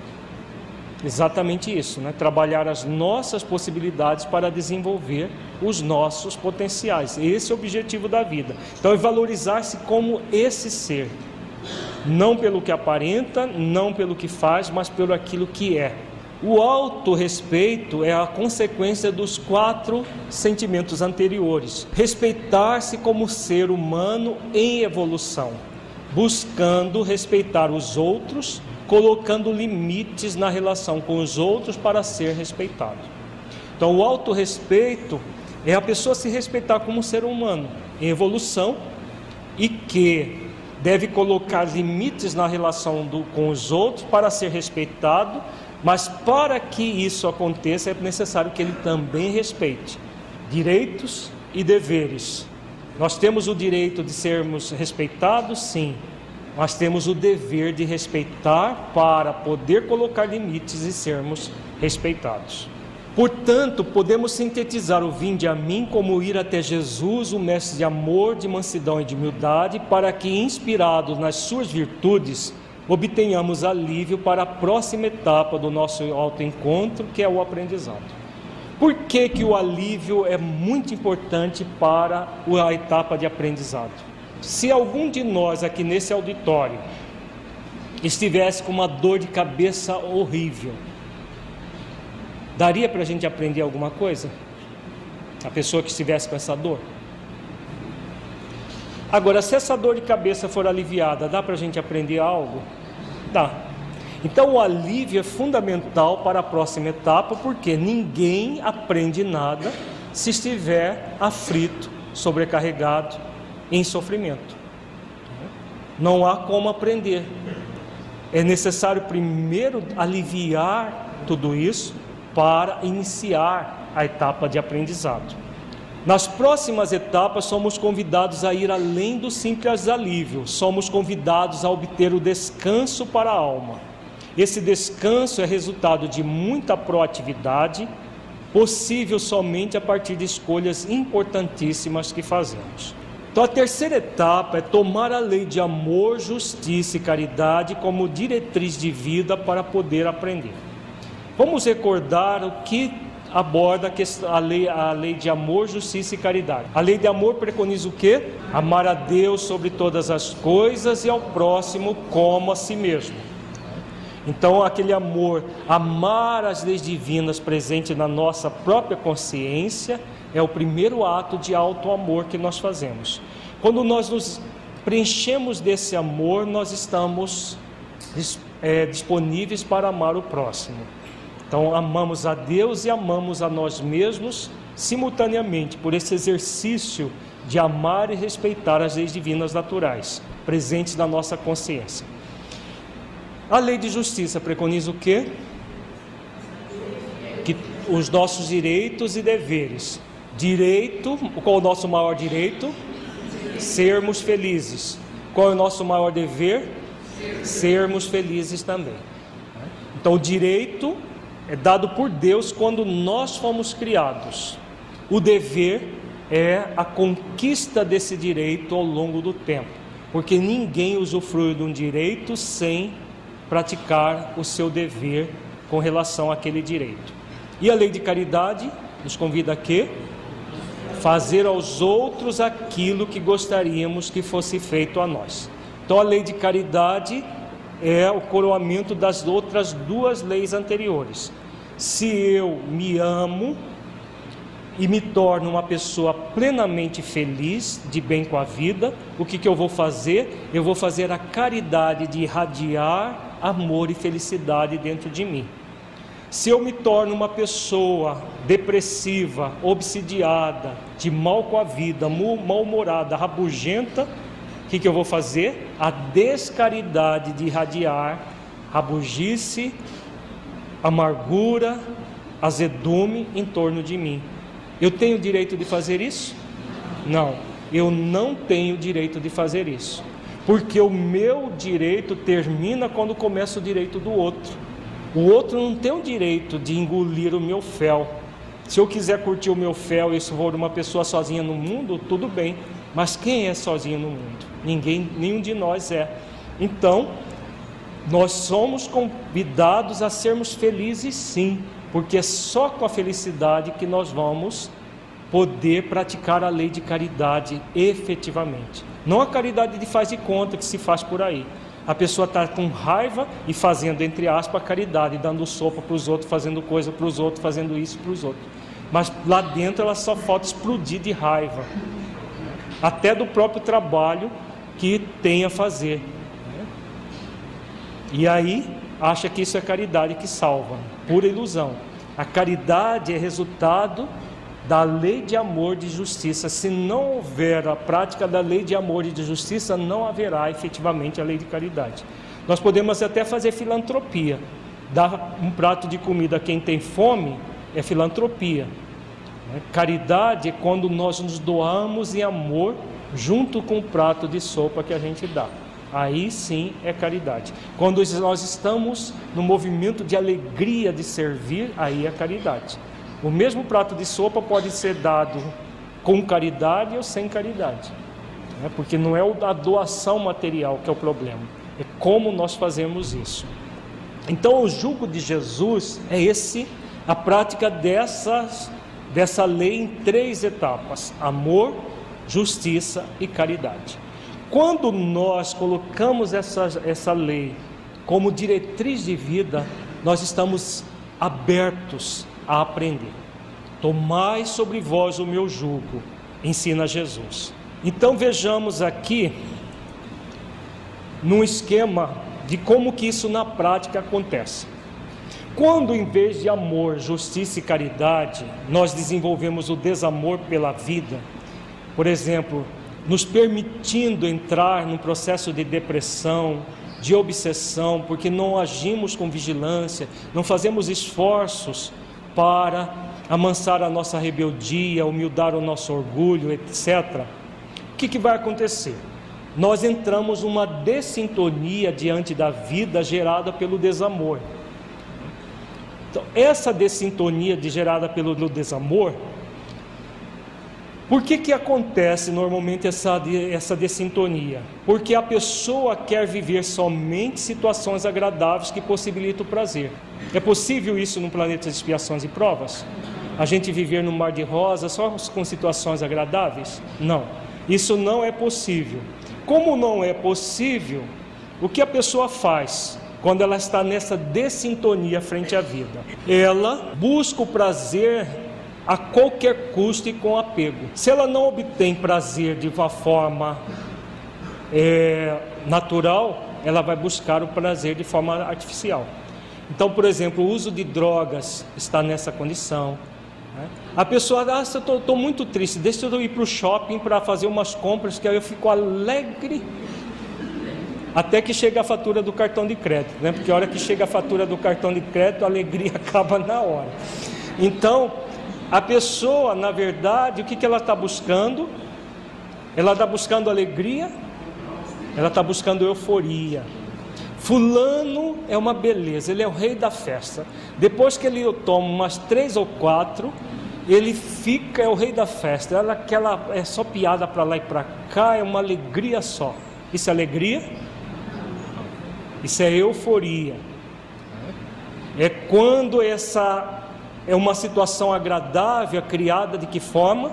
B: Exatamente isso, né? Trabalhar as nossas possibilidades para desenvolver os nossos potenciais. Esse é o objetivo da vida. Então é valorizar-se como esse ser, não pelo que aparenta, não pelo que faz, mas pelo aquilo que é. O autorrespeito é a consequência dos 4 sentimentos anteriores. Respeitar-se como ser humano em evolução, buscando respeitar os outros, colocando limites na relação com os outros para ser respeitado. Então o autorrespeito é a pessoa se respeitar como ser humano em evolução, e que deve colocar limites na relação com os outros para ser respeitado, mas para que isso aconteça é necessário que ele também respeite direitos e deveres. Nós temos o direito de sermos respeitados, sim, mas temos o dever de respeitar para poder colocar limites e sermos respeitados. Portanto, podemos sintetizar o vinde a mim como ir até Jesus, o mestre de amor, de mansidão e de humildade, para que, inspirados nas suas virtudes, obtenhamos alívio para a próxima etapa do nosso autoencontro, que é o aprendizado. Por que que o alívio é muito importante para a etapa de aprendizado? Se algum de nós aqui nesse auditório estivesse com uma dor de cabeça horrível, daria para a gente aprender alguma coisa? A pessoa que estivesse com essa dor? Agora, se essa dor de cabeça for aliviada, dá para a gente aprender algo? Dá. Então o alívio é fundamental para a próxima etapa, porque ninguém aprende nada se estiver aflito, sobrecarregado, em sofrimento. Não há como aprender. É necessário primeiro aliviar tudo isso para iniciar a etapa de aprendizado. Nas próximas etapas, somos convidados a ir além do simples alívio, somos convidados a obter o descanso para a alma. Esse descanso é resultado de muita proatividade, possível somente a partir de escolhas importantíssimas que fazemos. Então, a terceira etapa é tomar a lei de amor, justiça e caridade como diretriz de vida para poder aprender. Vamos recordar o que aborda a lei de amor, justiça e caridade. A lei de amor preconiza o quê? Amar a Deus sobre todas as coisas e ao próximo como a si mesmo. Então, aquele amor, amar as leis divinas presentes na nossa própria consciência, é o primeiro ato de auto-amor que nós fazemos. Quando nós nos preenchemos desse amor, nós estamos disponíveis para amar o próximo. Então, amamos a Deus e amamos a nós mesmos simultaneamente, por esse exercício de amar e respeitar as leis divinas naturais, presentes na nossa consciência. A lei de justiça preconiza o quê? Que os nossos direitos e deveres. Direito, qual é o nosso maior direito? Sermos felizes. Qual é o nosso maior dever? Sermos felizes também. Então, o direito é dado por Deus quando nós fomos criados. O dever é a conquista desse direito ao longo do tempo, porque ninguém usufrui de um direito sem praticar o seu dever com relação àquele direito. E a lei de caridade nos convida a quê? Fazer aos outros aquilo que gostaríamos que fosse feito a nós. Então a lei de caridade é o coroamento das outras duas leis anteriores. Se eu me amo e me torno uma pessoa plenamente feliz, de bem com a vida, o que eu vou fazer? Eu vou fazer a caridade de irradiar amor e felicidade dentro de mim. Se eu me torno uma pessoa depressiva, obsidiada, de mal com a vida, mal-humorada, rabugenta, o que eu vou fazer? A descaridade de irradiar rabugice, amargura, azedume em torno de mim. Eu tenho o direito de fazer isso? Não, eu não tenho o direito de fazer isso, porque o meu direito termina quando começa o direito do outro. O outro não tem o direito de engolir o meu fel. Se eu quiser curtir o meu fel e se for uma pessoa sozinha no mundo, tudo bem, mas quem é sozinho no mundo? Ninguém, nenhum de nós é. Então, nós somos convidados a sermos felizes sim, porque é só com a felicidade que nós vamos poder praticar a lei de caridade efetivamente. Não a caridade de faz de conta que se faz por aí. A pessoa está com raiva e fazendo, entre aspas, a caridade, dando sopa para os outros, fazendo coisa para os outros, fazendo isso para os outros. Mas lá dentro ela só falta explodir de raiva, até do próprio trabalho que tem a fazer. E aí acha que isso é caridade que salva, pura ilusão. A caridade é resultado da lei de amor e de justiça. Se não houver a prática da lei de amor e de justiça, não haverá efetivamente a lei de caridade. Nós podemos até fazer filantropia. Dar um prato de comida a quem tem fome é filantropia. Caridade é quando nós nos doamos em amor junto com o prato de sopa que a gente dá. Aí sim é caridade. Quando nós estamos no movimento de alegria de servir, aí é caridade. O mesmo prato de sopa pode ser dado com caridade ou sem caridade, porque não é a doação material que é o problema, é como nós fazemos isso. Então o jugo de Jesus é a prática dessa lei em 3 etapas: amor, justiça e caridade. Quando nós colocamos essa lei como diretriz de vida, nós estamos abertos a aprender. Tomai sobre vós o meu jugo, ensina Jesus. Então vejamos aqui num esquema de como que isso na prática acontece. Quando em vez de amor, justiça e caridade, nós desenvolvemos o desamor pela vida, por exemplo, nos permitindo entrar num processo de depressão, de obsessão, porque não agimos com vigilância, não fazemos esforços para amansar a nossa rebeldia, humildar o nosso orgulho, etc. O que vai acontecer? Nós entramos numa dessintonia diante da vida gerada pelo desamor. Então, essa dessintonia gerada pelo desamor, por que acontece normalmente essa dessintonia? Porque a pessoa quer viver somente situações agradáveis que possibilitam o prazer. É possível isso num planeta de expiações e provas? A gente viver num mar de rosas só com situações agradáveis? Não, isso não é possível. Como não é possível, o que a pessoa faz quando ela está nessa dessintonia frente à vida? Ela busca o prazer a qualquer custo e com apego. Se ela não obtém prazer de uma forma natural, ela vai buscar o prazer de forma artificial. Então, por exemplo, o uso de drogas está nessa condição. A pessoa, eu estou muito triste, deixa eu ir para o shopping para fazer umas compras que aí eu fico alegre, até que chega a fatura do cartão de crédito, porque a hora que chega a fatura do cartão de crédito, a alegria acaba na hora. Então, a pessoa, na verdade, o que ela está buscando? Ela está buscando alegria, ela está buscando euforia. Fulano é uma beleza, ele é o rei da festa. Depois que ele toma umas 3 ou 4, ele é o rei da festa. É só piada para lá e para cá, é uma alegria só. Isso é alegria? Isso é euforia. É quando essa é uma situação agradável, criada de que forma?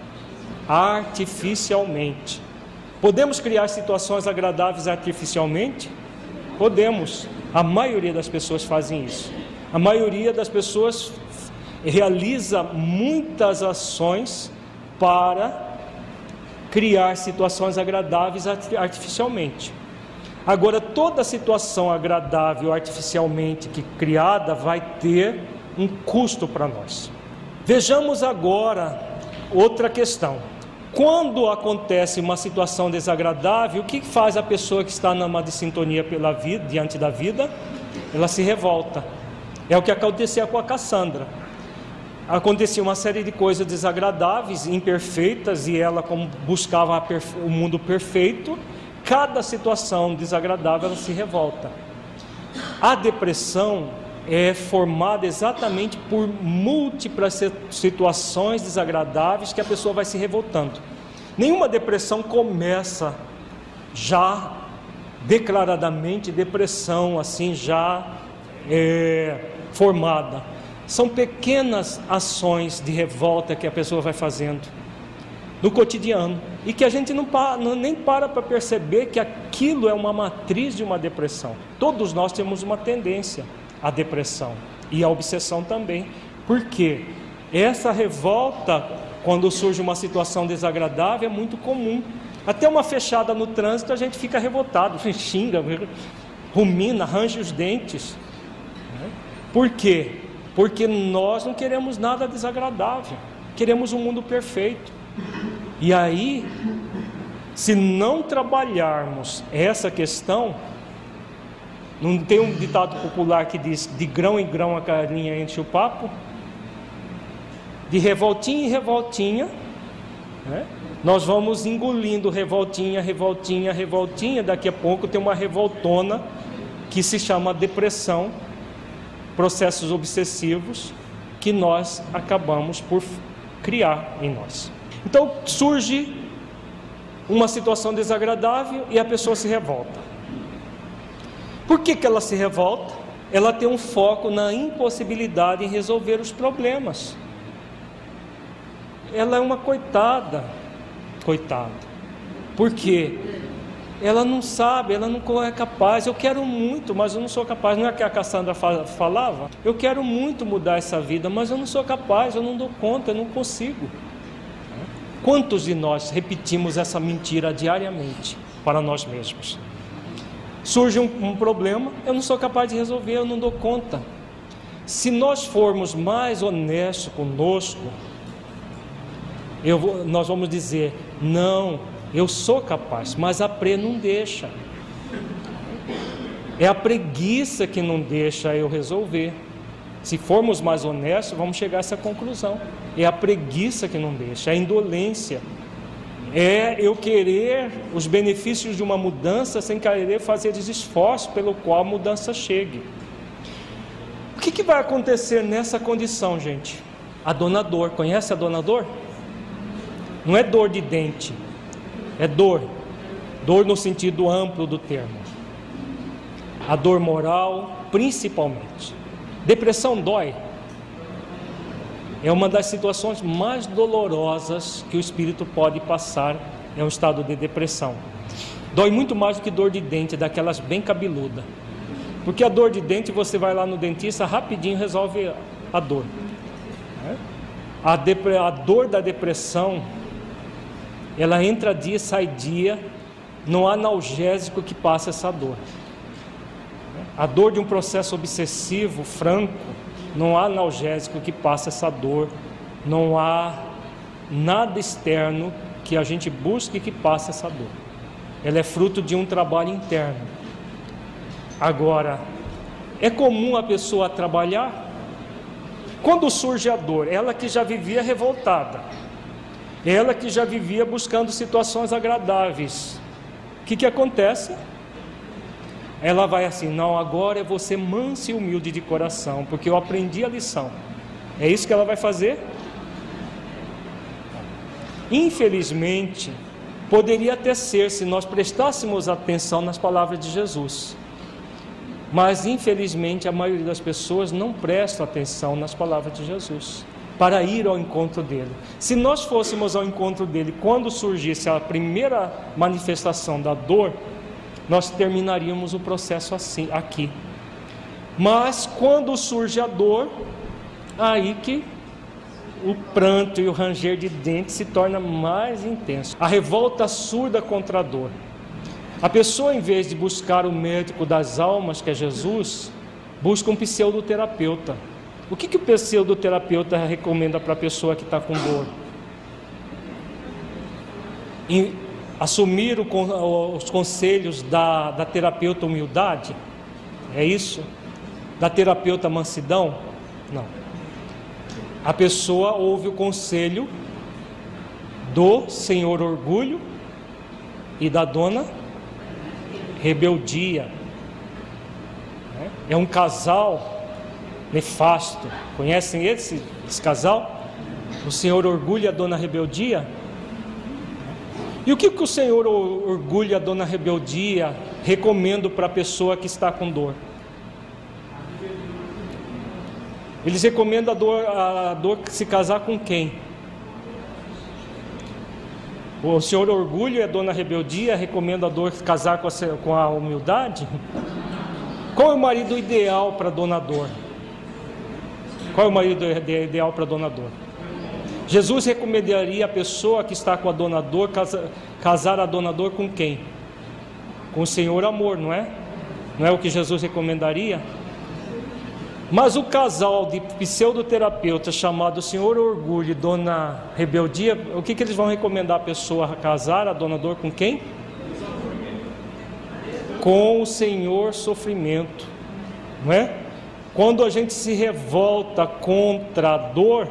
B: Artificialmente. Podemos criar situações agradáveis artificialmente? Podemos. A maioria das pessoas fazem isso. A maioria das pessoas realiza muitas ações para criar situações agradáveis artificialmente. Agora, toda situação agradável artificialmente criada vai ter um custo para nós. Vejamos agora outra questão. Quando acontece uma situação desagradável, o que faz a pessoa que está numa dessintonia pela vida, diante da vida? Ela se revolta. É o que acontecia com a Cassandra. Acontecia uma série de coisas desagradáveis, imperfeitas, e ela, como buscava o mundo perfeito, cada situação desagradável ela se revolta. A depressão é formada exatamente por múltiplas situações desagradáveis que a pessoa vai se revoltando. Nenhuma depressão começa já declaradamente depressão, assim já formada. São pequenas ações de revolta que a pessoa vai fazendo no cotidiano e que a gente nem para perceber que aquilo é uma matriz de uma depressão. Todos nós temos uma tendência à depressão e à obsessão também. Por quê? Essa revolta, quando surge uma situação desagradável, é muito comum. Até uma fechada no trânsito a gente fica revoltado, xinga, rumina, arranja os dentes. Por quê? Porque nós não queremos nada desagradável. Queremos um mundo perfeito. E aí, se não trabalharmos essa questão, não tem um ditado popular que diz: de grão em grão a galinha enche o papo? De revoltinha em revoltinha, né? Nós vamos engolindo revoltinha, revoltinha, revoltinha. Daqui a pouco tem uma revoltona que se chama depressão, processos obsessivos que nós acabamos por criar em nós. Então surge uma situação desagradável e a pessoa se revolta. Por que ela se revolta? Ela tem um foco na impossibilidade em resolver os problemas. Ela é uma coitada. Por quê? Ela não sabe, ela não é capaz. Eu quero muito, mas eu não sou capaz. Não é que a Cassandra falava? Eu quero muito mudar essa vida, mas eu não sou capaz, eu não dou conta, eu não consigo. Quantos de nós repetimos essa mentira diariamente para nós mesmos? Surge um problema, eu não sou capaz de resolver, eu não dou conta. Se nós formos mais honestos conosco, nós vamos dizer: não, eu sou capaz, mas a não deixa. É a preguiça que não deixa eu resolver. Se formos mais honestos, vamos chegar a essa conclusão. É a preguiça que não deixa, é a indolência. É eu querer os benefícios de uma mudança sem querer fazer esforço pelo qual a mudança chegue. O que vai acontecer nessa condição, gente? A dona dor, conhece a dona dor? Não é dor de dente, é dor no sentido amplo do termo. A dor moral, principalmente. Depressão dói. É uma das situações mais dolorosas que o espírito pode passar, é um estado de depressão. Dói muito mais do que dor de dente, daquelas bem cabeluda. Porque a dor de dente, você vai lá no dentista, rapidinho resolve a dor. A dor da depressão, ela entra dia, sai dia, não há analgésico que passe essa dor. A dor de um processo obsessivo, franco, não há analgésico que passe essa dor, não há nada externo que a gente busque que passe essa dor. Ela é fruto de um trabalho interno. Agora, é comum a pessoa trabalhar? Quando surge a dor, ela que já vivia revoltada, ela que já vivia buscando situações agradáveis, o que acontece? Ela vai assim: não, agora eu vou ser mansa e humilde de coração, porque eu aprendi a lição. É isso que ela vai fazer? Infelizmente, poderia até ser, se nós prestássemos atenção nas palavras de Jesus. Mas infelizmente a maioria das pessoas não presta atenção nas palavras de Jesus para ir ao encontro dele. Se nós fôssemos ao encontro dele quando surgisse a primeira manifestação da dor, nós terminaríamos o processo assim, aqui. Mas quando surge a dor, aí que o pranto e o ranger de dentes se torna mais intenso. A revolta surda contra a dor. A pessoa, em vez de buscar o médico das almas, que é Jesus, busca um pseudoterapeuta. O que o pseudoterapeuta recomenda para a pessoa que está com dor? Assumir os conselhos da terapeuta humildade? É isso? Da terapeuta mansidão? Não. A pessoa ouve o conselho do senhor orgulho e da dona rebeldia. É um casal nefasto. Conhecem esse casal? O senhor orgulho e a dona rebeldia? E o que o senhor orgulho e a dona rebeldia recomendam para a pessoa que está com dor? Eles recomendam a dor se casar com quem? O senhor orgulho e a dona rebeldia recomendam a dor se casar com a humildade? Qual é o marido ideal para a dona dor? Qual é o marido ideal para a dona dor? Jesus recomendaria a pessoa que está com a dona dor casar a dona dor com quem? Com o Senhor amor, não é? Não é o que Jesus recomendaria? Mas o casal de pseudoterapeutas chamado Senhor Orgulho e Dona Rebeldia, o que eles vão recomendar a pessoa a casar, a Dona Dor, com quem? Com o Senhor Sofrimento, não é? Quando a gente se revolta contra a dor,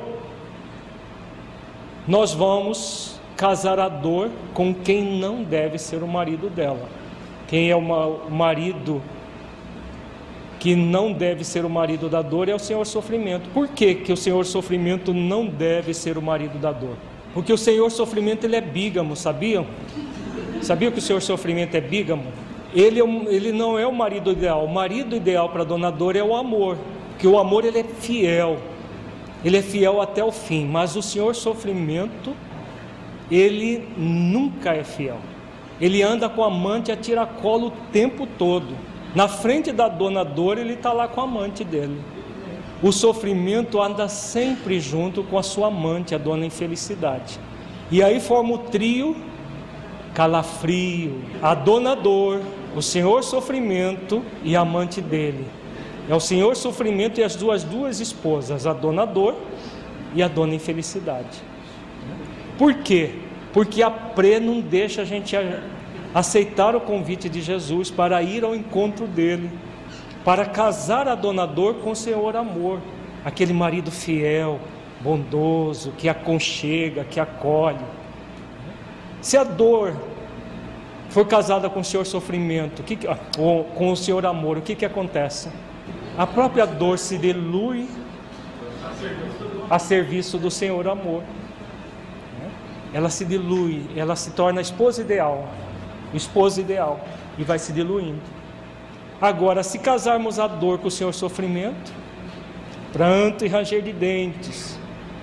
B: nós vamos casar a dor com quem não deve ser o marido dela. Quem é o marido que não deve ser o marido da dor é o Senhor Sofrimento. Por que o Senhor Sofrimento não deve ser o marido da dor? Porque o Senhor Sofrimento, ele é bígamo, sabiam? Sabiam que o Senhor Sofrimento é bígamo? Ele não é o marido ideal. O marido ideal para a Dona Dor é o amor, porque o amor, ele é fiel. Ele é fiel até o fim, mas o Senhor Sofrimento, ele nunca é fiel. Ele anda com a amante a tiracolo o tempo todo. Na frente da Dona Dor, ele está lá com a amante dele. O sofrimento anda sempre junto com a sua amante, a Dona Infelicidade. E aí forma o trio calafrio, a Dona Dor, o Senhor Sofrimento e a amante dele. É o Senhor Sofrimento e as duas esposas, a Dona Dor e a Dona Infelicidade. Por quê? Porque a Pré não deixa a gente aceitar o convite de Jesus para ir ao encontro dele, para casar a Dona Dor com o Senhor Amor, aquele marido fiel, bondoso, que aconchega, que acolhe. Se a dor for casada com o Senhor Sofrimento, com o Senhor Amor, o que acontece? A própria dor se dilui a serviço do Senhor Amor. Ela se dilui, ela se torna a esposa ideal, o esposo ideal, e vai se diluindo. Agora, se casarmos a dor com o Senhor Sofrimento, pranto e ranger de dentes,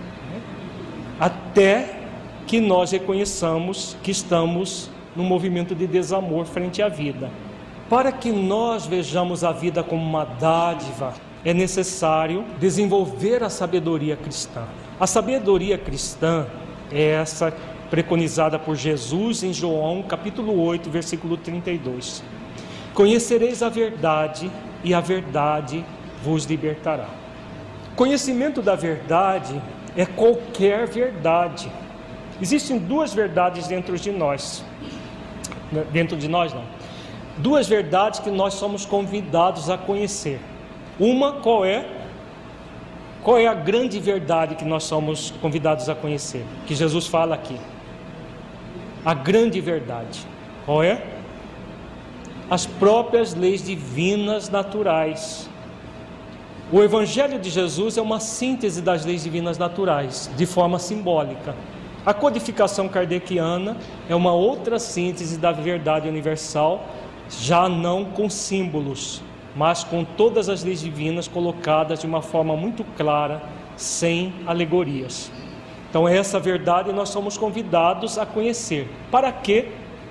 B: até que nós reconheçamos que estamos num movimento de desamor frente à vida. Para que nós vejamos a vida como uma dádiva, é necessário desenvolver a sabedoria cristã. A sabedoria cristã é essa preconizada por Jesus em João capítulo 8, versículo 32. Conhecereis a verdade e a verdade vos libertará. Conhecimento da verdade é qualquer verdade. Existem duas verdades dentro de nós. Dentro de nós não. Duas verdades que nós somos convidados a conhecer. Uma, qual é? Qual é a grande verdade que nós somos convidados a conhecer? Que Jesus fala aqui. A grande verdade. Qual é? As próprias leis divinas naturais. O Evangelho de Jesus é uma síntese das leis divinas naturais, de forma simbólica. A codificação kardeciana é uma outra síntese da verdade universal, já não com símbolos, mas com todas as leis divinas colocadas de uma forma muito clara, sem alegorias. Então essa verdade nós somos convidados a conhecer. Para quê?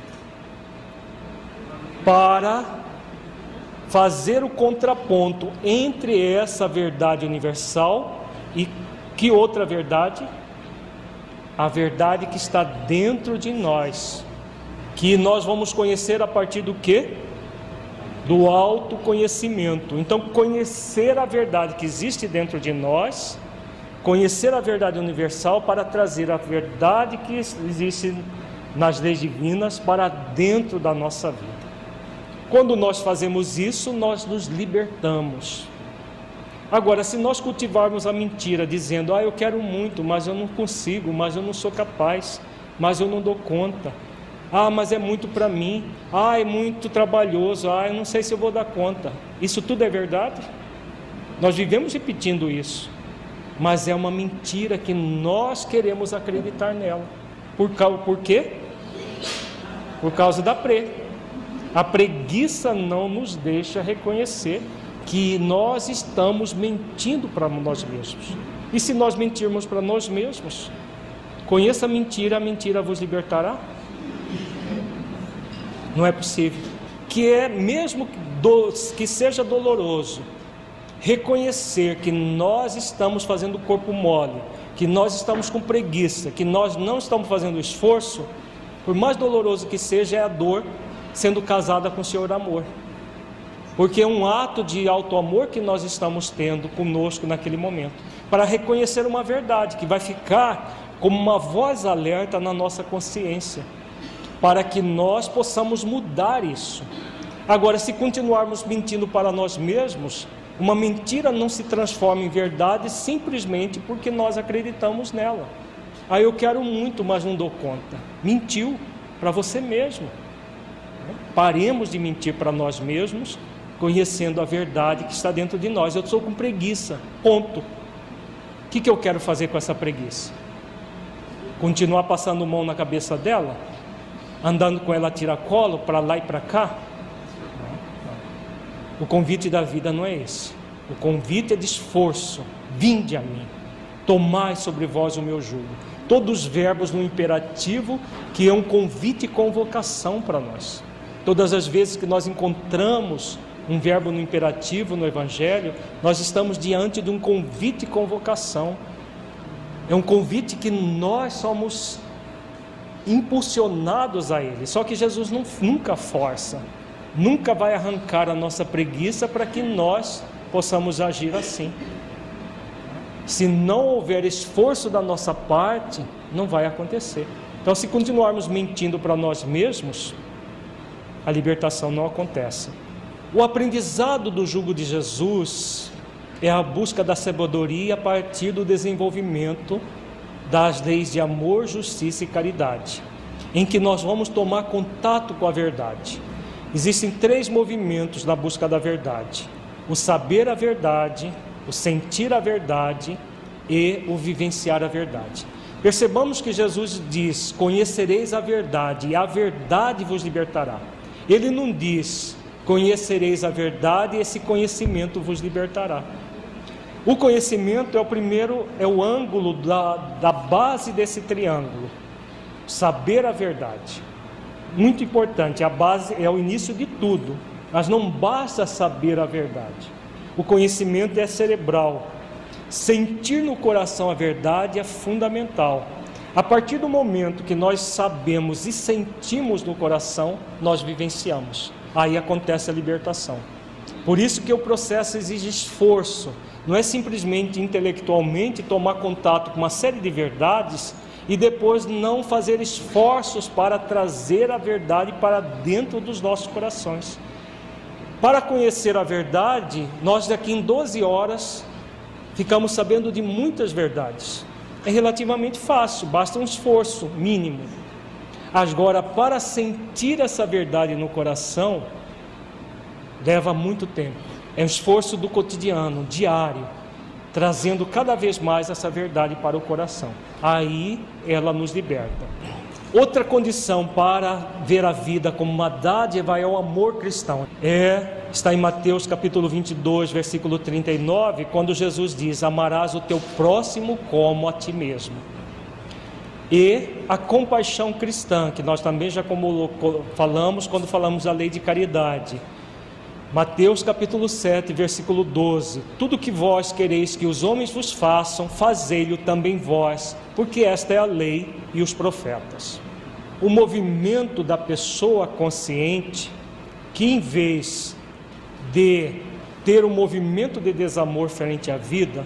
B: Para fazer o contraponto entre essa verdade universal e que outra verdade? A verdade que está dentro de nós, que nós vamos conhecer a partir do quê? Do autoconhecimento. Então, conhecer a verdade que existe dentro de nós, conhecer a verdade universal para trazer a verdade que existe nas leis divinas para dentro da nossa vida. Quando nós fazemos isso, nós nos libertamos. Agora, se nós cultivarmos a mentira dizendo, eu quero muito, mas eu não consigo, mas eu não sou capaz, mas eu não dou conta, mas é muito para mim, é muito trabalhoso, eu não sei se eu vou dar conta. Isso tudo é verdade? Nós vivemos repetindo isso, mas é uma mentira que nós queremos acreditar nela. Por quê? Por causa da A preguiça não nos deixa reconhecer que nós estamos mentindo para nós mesmos. E se nós mentirmos para nós mesmos, conheça a mentira vos libertará? Não é possível. Mesmo que seja doloroso, reconhecer que nós estamos fazendo o corpo mole, que nós estamos com preguiça, que nós não estamos fazendo esforço, por mais doloroso que seja, é a dor sendo casada com o Senhor Amor. porque é um ato de auto-amor que nós estamos tendo conosco naquele momento, para reconhecer uma verdade que vai ficar como uma voz alerta na nossa consciência, para que nós possamos mudar isso. Agora, se continuarmos mentindo para nós mesmos, uma mentira não se transforma em verdade simplesmente porque nós acreditamos nela. Aí eu quero muito, mas não dou conta. Mentiu para você mesmo. Paremos de mentir para nós mesmos, conhecendo a verdade que está dentro de nós. Eu estou com preguiça, ponto. O que eu quero fazer com essa preguiça? Continuar passando mão na cabeça dela? Andando com ela a tiracolo para lá e para cá? O convite da vida não é esse. O convite é de esforço. Vinde a mim, tomai sobre vós o meu jugo. Todos os verbos no imperativo, que é um convite e convocação para nós. Todas as vezes que nós encontramos um verbo no imperativo no Evangelho, nós estamos diante de um convite e convocação. É um convite que nós somos impulsionados a ele. Só que Jesus nunca força, nunca vai arrancar a nossa preguiça para que nós possamos agir assim. Se não houver esforço da nossa parte, não vai acontecer. Então, se continuarmos mentindo para nós mesmos, a libertação não acontece. O aprendizado do jugo de Jesus é a busca da sabedoria a partir do desenvolvimento das leis de amor, justiça e caridade, em que nós vamos tomar contato com a verdade. Existem 3 movimentos na busca da verdade: o saber a verdade, o sentir a verdade e o vivenciar a verdade. Percebamos que Jesus diz: conhecereis a verdade e a verdade vos libertará. Ele não diz: conhecereis a verdade e esse conhecimento vos libertará. O conhecimento é o ângulo da base desse triângulo. Saber a verdade. Muito importante, a base é o início de tudo, mas não basta saber a verdade. O conhecimento é cerebral. Sentir no coração a verdade é fundamental. A partir do momento que nós sabemos e sentimos no coração, nós vivenciamos. Aí acontece a libertação. Por isso que o processo exige esforço. Não é simplesmente intelectualmente tomar contato com uma série de verdades e depois não fazer esforços para trazer a verdade para dentro dos nossos corações. Para conhecer a verdade, nós daqui em 12 horas ficamos sabendo de muitas verdades. É relativamente fácil, basta um esforço mínimo. Agora, para sentir essa verdade no coração, leva muito tempo. É um esforço do cotidiano, diário, trazendo cada vez mais essa verdade para o coração. Aí ela nos liberta. Outra condição para ver a vida como uma dádiva é o amor cristão. Está em Mateus capítulo 22, versículo 39, quando Jesus diz: amarás o teu próximo como a ti mesmo. E a compaixão cristã, que nós também já falamos quando falamos da lei de caridade. Mateus capítulo 7, versículo 12: tudo que vós quereis que os homens vos façam, fazei-o também vós, porque esta é a lei e os profetas. O movimento da pessoa consciente, que em vez de ter um movimento de desamor frente à vida,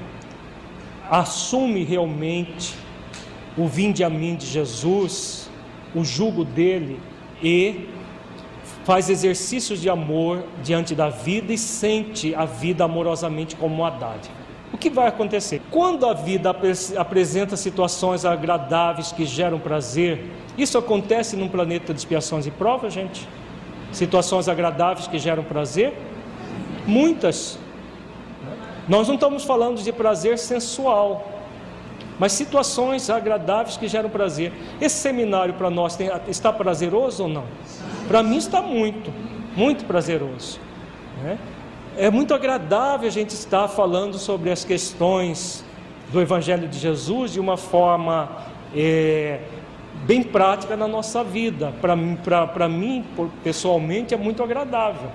B: assume realmente o vinde a mim de Jesus, o jugo dele, e faz exercícios de amor diante da vida e sente a vida amorosamente como uma dádiva. O que vai acontecer? Quando a vida apresenta situações agradáveis que geram prazer, isso acontece num planeta de expiações e provas, gente? Situações agradáveis que geram prazer? Muitas. Nós não estamos falando de prazer sensual, mas situações agradáveis que geram prazer. Esse seminário para nós está prazeroso ou não? Para mim está muito, muito prazeroso, né? É muito agradável a gente estar falando sobre as questões do Evangelho de Jesus de uma forma bem prática na nossa vida. Para mim, pessoalmente, é muito agradável.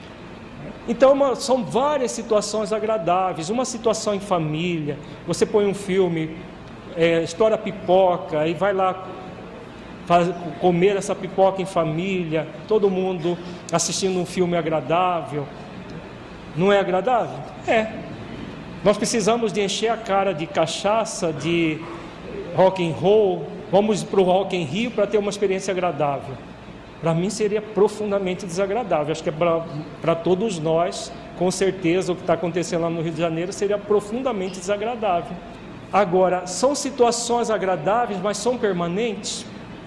B: Então, são várias situações agradáveis. Uma situação em família, você põe um filme, estoura pipoca e vai lá comer essa pipoca em família, todo mundo assistindo um filme agradável. Não é agradável? É. Nós precisamos de encher a cara de cachaça, de rock and roll, vamos para o Rock in Rio para ter uma experiência agradável. Para mim seria profundamente desagradável. Acho que para todos nós, com certeza, o que está acontecendo lá no Rio de Janeiro seria profundamente desagradável. Agora, são situações agradáveis, mas são permanentes?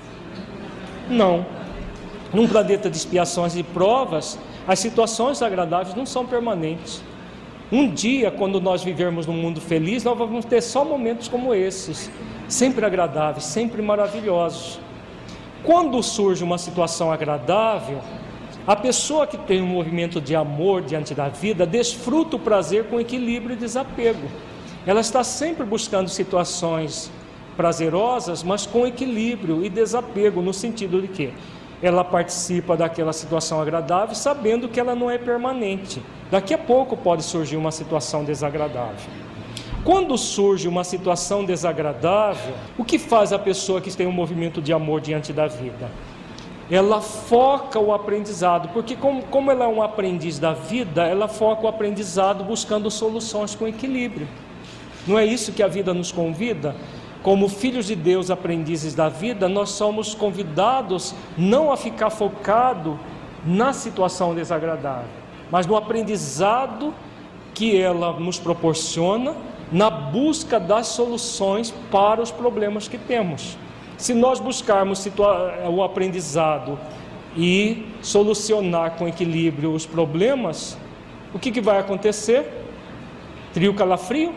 B: Não. Num planeta de expiações e provas, as situações agradáveis não são permanentes. Um dia, quando nós vivermos num mundo feliz, nós vamos ter só momentos como esses, sempre agradáveis, sempre maravilhosos. Quando surge uma situação agradável, a pessoa que tem um movimento de amor diante da vida desfruta o prazer com equilíbrio e desapego. Ela está sempre buscando situações prazerosas, mas com equilíbrio e desapego, no sentido de que ela participa daquela situação agradável sabendo que ela não é permanente. Daqui a pouco pode surgir uma situação desagradável. Quando surge uma situação desagradável, o que faz a pessoa que tem um movimento de amor diante da vida? Ela foca o aprendizado, porque como ela é um aprendiz da vida, ela foca o aprendizado buscando soluções com equilíbrio. Não é isso que a vida nos convida? Como filhos de Deus, aprendizes da vida, nós somos convidados não a ficar focado na situação desagradável, mas no aprendizado que ela nos proporciona, na busca das soluções para os problemas que temos. Se nós buscarmos o aprendizado e solucionar com equilíbrio os problemas, o que vai acontecer? Trio calafrio?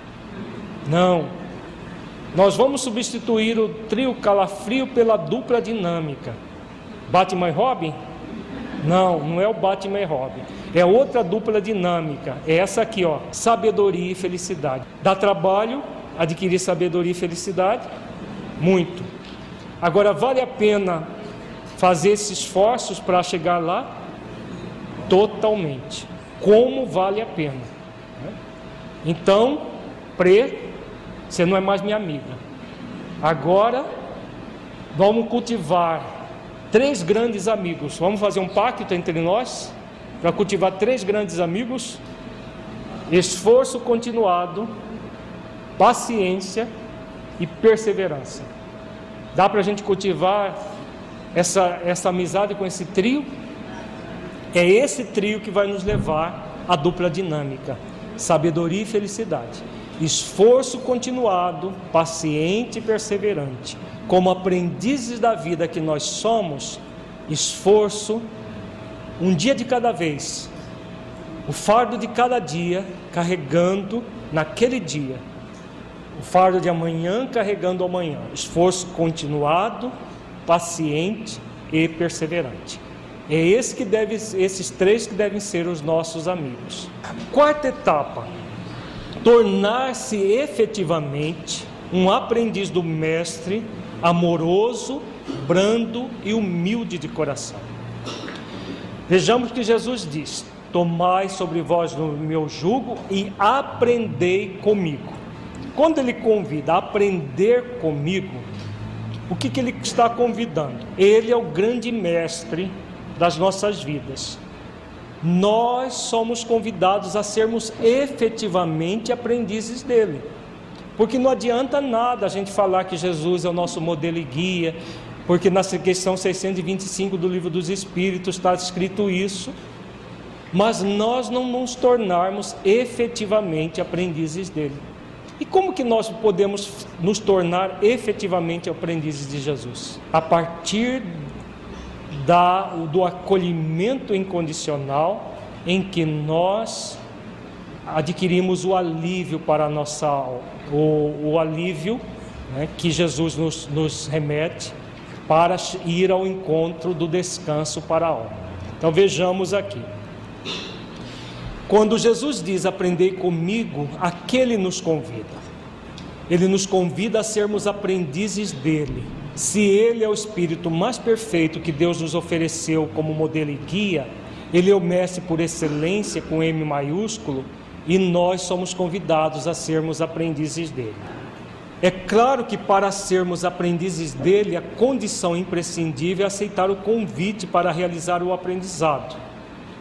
B: Não. Nós vamos substituir o trio calafrio pela dupla dinâmica. Batman e Robin? Não é o Batman e Robin. É outra dupla dinâmica. É essa aqui, ó, sabedoria e felicidade. Dá trabalho adquirir sabedoria e felicidade? Muito. Agora, vale a pena fazer esses esforços para chegar lá? Totalmente. Como vale a pena? Então, você não é mais minha amiga. Agora, vamos cultivar 3 grandes amigos. Vamos fazer um pacto entre nós para cultivar 3 grandes amigos: esforço continuado, paciência e perseverança. Dá para a gente cultivar essa amizade com esse trio? É esse trio que vai nos levar à dupla dinâmica: sabedoria e felicidade. Esforço continuado, paciente e perseverante. Como aprendizes da vida que nós somos, esforço, um dia de cada vez, o fardo de cada dia, carregando naquele dia, o fardo de amanhã, carregando amanhã. Esforço continuado, paciente e perseverante. É esses 3 que devem ser os nossos amigos. Quarta etapa: tornar-se efetivamente um aprendiz do mestre, amoroso, brando e humilde de coração. Vejamos que Jesus diz: tomai sobre vós o meu jugo e aprendei comigo. Quando ele convida a aprender comigo, o que ele está convidando? Ele é o grande mestre das nossas vidas. Nós somos convidados a sermos efetivamente aprendizes dele. Porque não adianta nada a gente falar que Jesus é o nosso modelo e guia, porque na questão 625 do Livro dos Espíritos está escrito isso, mas nós não nos tornarmos efetivamente aprendizes dele. E como que nós podemos nos tornar efetivamente aprendizes de Jesus? A partir do acolhimento incondicional, em que nós adquirimos o alívio para a nossa alma, o alívio, né, que Jesus nos remete para ir ao encontro do descanso para a alma. Então vejamos aqui. Quando Jesus diz: aprendei comigo, a que ele nos convida? Ele nos convida a sermos aprendizes dele. Se ele é o Espírito mais perfeito que Deus nos ofereceu como modelo e guia, ele é o mestre por excelência com M maiúsculo, e nós somos convidados a sermos aprendizes dele. É claro que para sermos aprendizes dele, a condição imprescindível é aceitar o convite para realizar o aprendizado.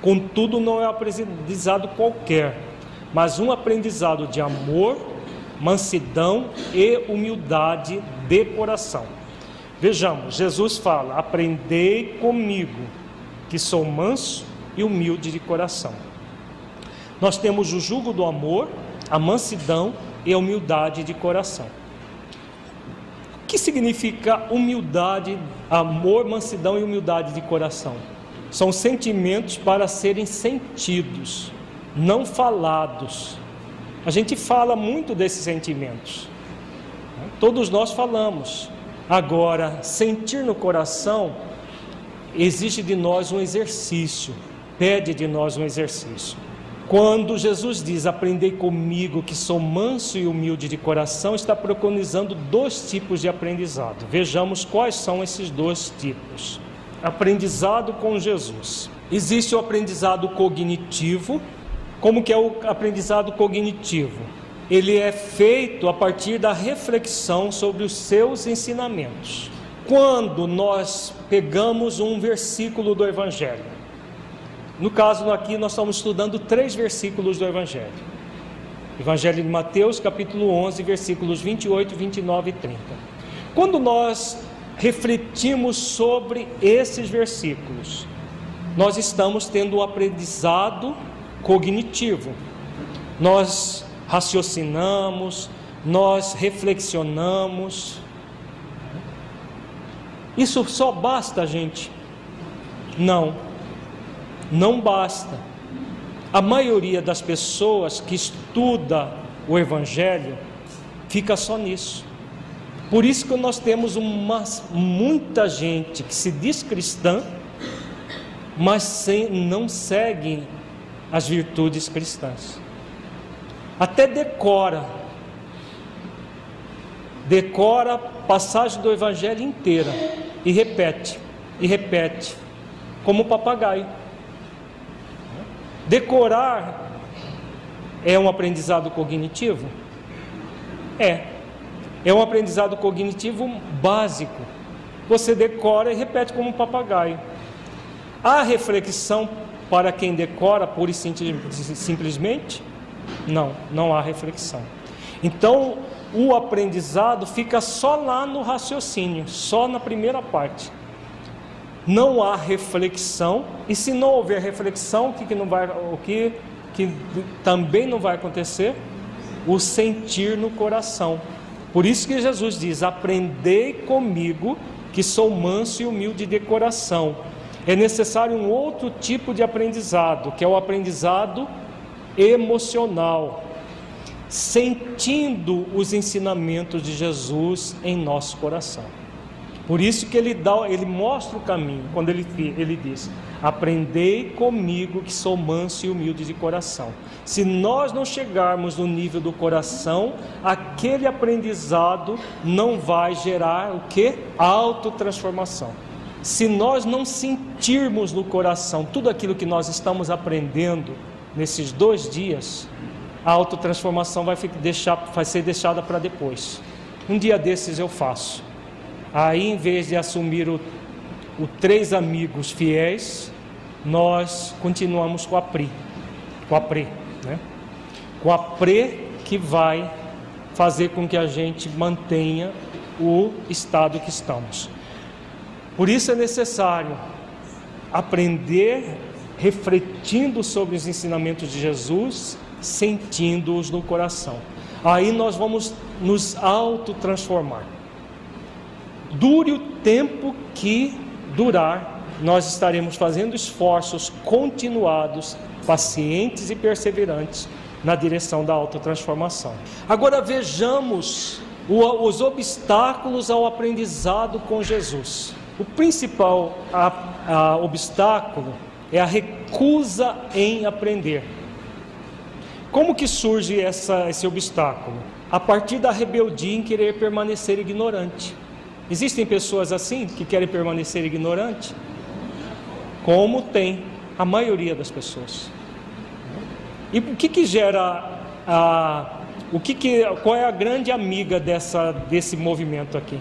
B: Contudo, não é um aprendizado qualquer, mas um aprendizado de amor, mansidão e humildade de coração. Vejamos, Jesus fala: aprendei comigo, que sou manso e humilde de coração. Nós temos o jugo do amor, a mansidão e a humildade de coração. O que significa humildade, amor, mansidão e humildade de coração? São sentimentos para serem sentidos, não falados. A gente fala muito desses sentimentos, todos nós falamos. Agora, sentir no coração exige de nós um exercício, pede de nós um exercício. Quando Jesus diz: aprendei comigo, que sou manso e humilde de coração, está preconizando 2 tipos de aprendizado. Vejamos quais são esses 2 tipos. Aprendizado com Jesus. Existe o aprendizado cognitivo. Como que é o aprendizado cognitivo? Ele é feito a partir da reflexão sobre os seus ensinamentos. Quando nós pegamos um versículo do Evangelho, no caso aqui nós estamos estudando 3 versículos do Evangelho. Evangelho de Mateus, capítulo 11, versículos 28, 29 e 30. Quando nós refletimos sobre esses versículos, nós estamos tendo um aprendizado cognitivo. Nós raciocinamos, nós reflexionamos. Isso só basta, gente? Não, não basta. A maioria das pessoas que estuda o Evangelho fica só nisso. Por isso que nós temos muita gente que se diz cristã, mas não segue as virtudes cristãs. Até decora a passagem do Evangelho inteira e repete, como papagaio. Decorar é um aprendizado cognitivo? É um aprendizado cognitivo básico. Você decora e repete como um papagaio. Há reflexão para quem decora pura e simplesmente? Não há reflexão. Então, o aprendizado fica só lá no raciocínio, só na primeira parte. Não há reflexão, e se não houver reflexão, o que também não vai acontecer? O sentir no coração. Por isso que Jesus diz: aprendei comigo, que sou manso e humilde de coração. É necessário um outro tipo de aprendizado, que é o aprendizado emocional, sentindo os ensinamentos de Jesus em nosso coração. Por isso que ele mostra o caminho, quando ele diz: aprendei comigo, que sou manso e humilde de coração. Se nós não chegarmos no nível do coração, aquele aprendizado não vai gerar o que? Autotransformação. Se nós não sentirmos no coração tudo aquilo que nós estamos aprendendo nesses 2 dias, a autotransformação vai ser deixada para depois. Um dia desses eu faço. Aí, em vez de assumir o 3 amigos fiéis, nós continuamos com a Pri, né? Com a Pri, que vai fazer com que a gente mantenha o estado que estamos. Por isso é necessário aprender refletindo sobre os ensinamentos de Jesus, sentindo-os no coração. Aí nós vamos nos autotransformar. Dure o tempo que durar, nós estaremos fazendo esforços continuados, pacientes e perseverantes na direção da autotransformação. Agora vejamos os obstáculos ao aprendizado com Jesus. O principal obstáculo é a recusa em aprender. Como que surge esse obstáculo? A partir da rebeldia em querer permanecer ignorante. Existem pessoas assim que querem permanecer ignorante? Como tem a maioria das pessoas. E o que gera qual é a grande amiga desse movimento aqui?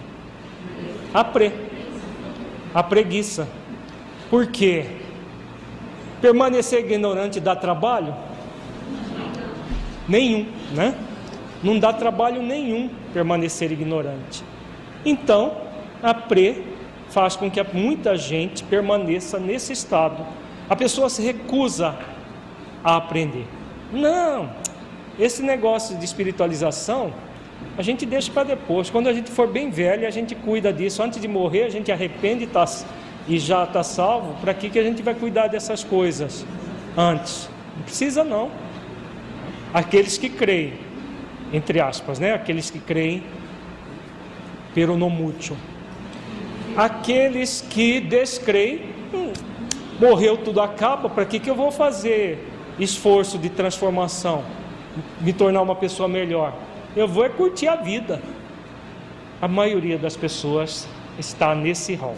B: A preguiça. Por quê? Permanecer ignorante dá trabalho? Nenhum, né? Não dá trabalho nenhum permanecer ignorante. Então, a PRE faz com que muita gente permaneça nesse estado. A pessoa se recusa a aprender. Não, esse negócio de espiritualização, a gente deixa para depois. Quando a gente for bem velho, a gente cuida disso. Antes de morrer, a gente arrepende e já está salvo. Para que a gente vai cuidar dessas coisas antes? Não precisa não. Aqueles que creem, entre aspas, né? Aqueles que creem pero no mucho. Aqueles que descreem, morreu, tudo acaba, para que eu vou fazer esforço de transformação, me tornar uma pessoa melhor? Eu vou curtir a vida. A maioria das pessoas está nesse rol.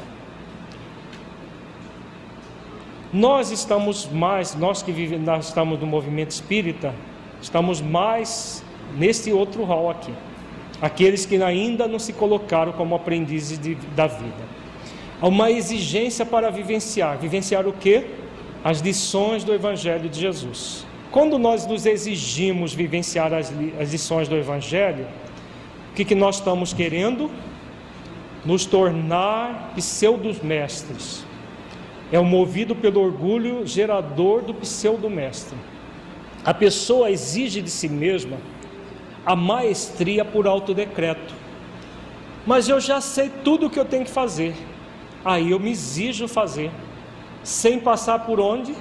B: Nós que nós estamos no movimento espírita, estamos mais nesse outro rol aqui. Aqueles que ainda não se colocaram como aprendizes da vida. Há uma exigência para vivenciar. Vivenciar o quê? As lições do Evangelho de Jesus. Quando nós nos exigimos vivenciar as lições do Evangelho, o que nós estamos querendo? Nos tornar pseudo-mestres. É o movido pelo orgulho gerador do pseudo-mestre. A pessoa exige de si mesma a maestria por autodecreto. Mas eu já sei tudo o que eu tenho que fazer. Aí eu me exijo fazer. Sem passar por onde?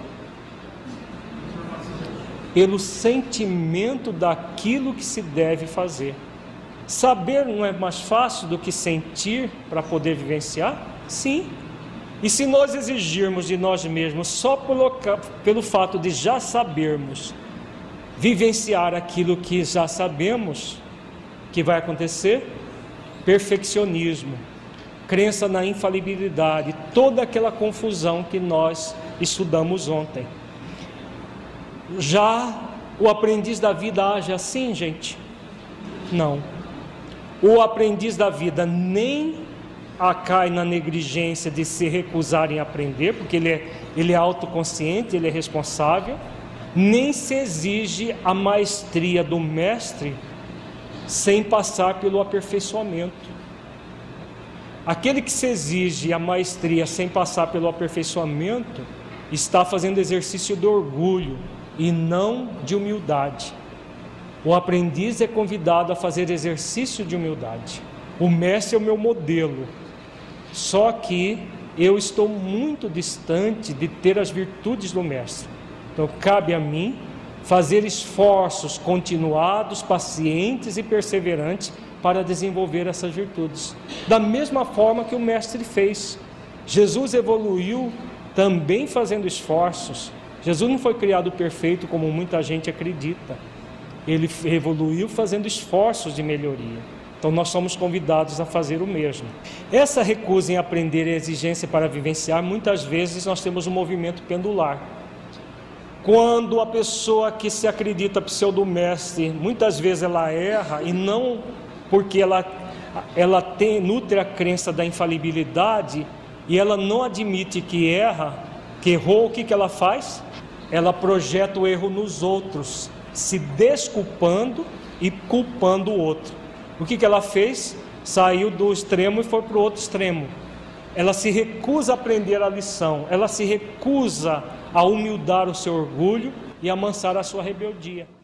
B: Pelo sentimento daquilo que se deve fazer. Saber não é mais fácil do que sentir para poder vivenciar? Sim. E se nós exigirmos de nós mesmos só pelo fato de já sabermos vivenciar aquilo que já sabemos, que vai acontecer? Perfeccionismo, crença na infalibilidade, toda aquela confusão que nós estudamos ontem. Já o aprendiz da vida age assim, gente? Não. O aprendiz da vida nem cai na negligência de se recusar em aprender, porque ele é autoconsciente, ele é responsável, nem se exige a maestria do mestre sem passar pelo aperfeiçoamento. Aquele que se exige a maestria sem passar pelo aperfeiçoamento está fazendo exercício de orgulho e não de humildade. O aprendiz é convidado a fazer exercício de humildade. O mestre é o meu modelo, só que eu estou muito distante de ter as virtudes do mestre. Então cabe a mim fazer esforços continuados, pacientes e perseverantes para desenvolver essas virtudes. Da mesma forma que o mestre fez. Jesus evoluiu também fazendo esforços. Jesus não foi criado perfeito como muita gente acredita. Ele evoluiu fazendo esforços de melhoria. Então nós somos convidados a fazer o mesmo. Essa recusa em aprender e a exigência para vivenciar, muitas vezes nós temos um movimento pendular. Quando a pessoa que se acredita pseudo-mestre, muitas vezes ela erra, e não porque ela nutre a crença da infalibilidade, e ela não admite que erra, que errou, o que ela faz? Ela projeta o erro nos outros, se desculpando e culpando o outro. O que ela fez? Saiu do extremo e foi para o outro extremo. Ela se recusa a aprender a lição, ela se recusa a humildar o seu orgulho e amansar a sua rebeldia.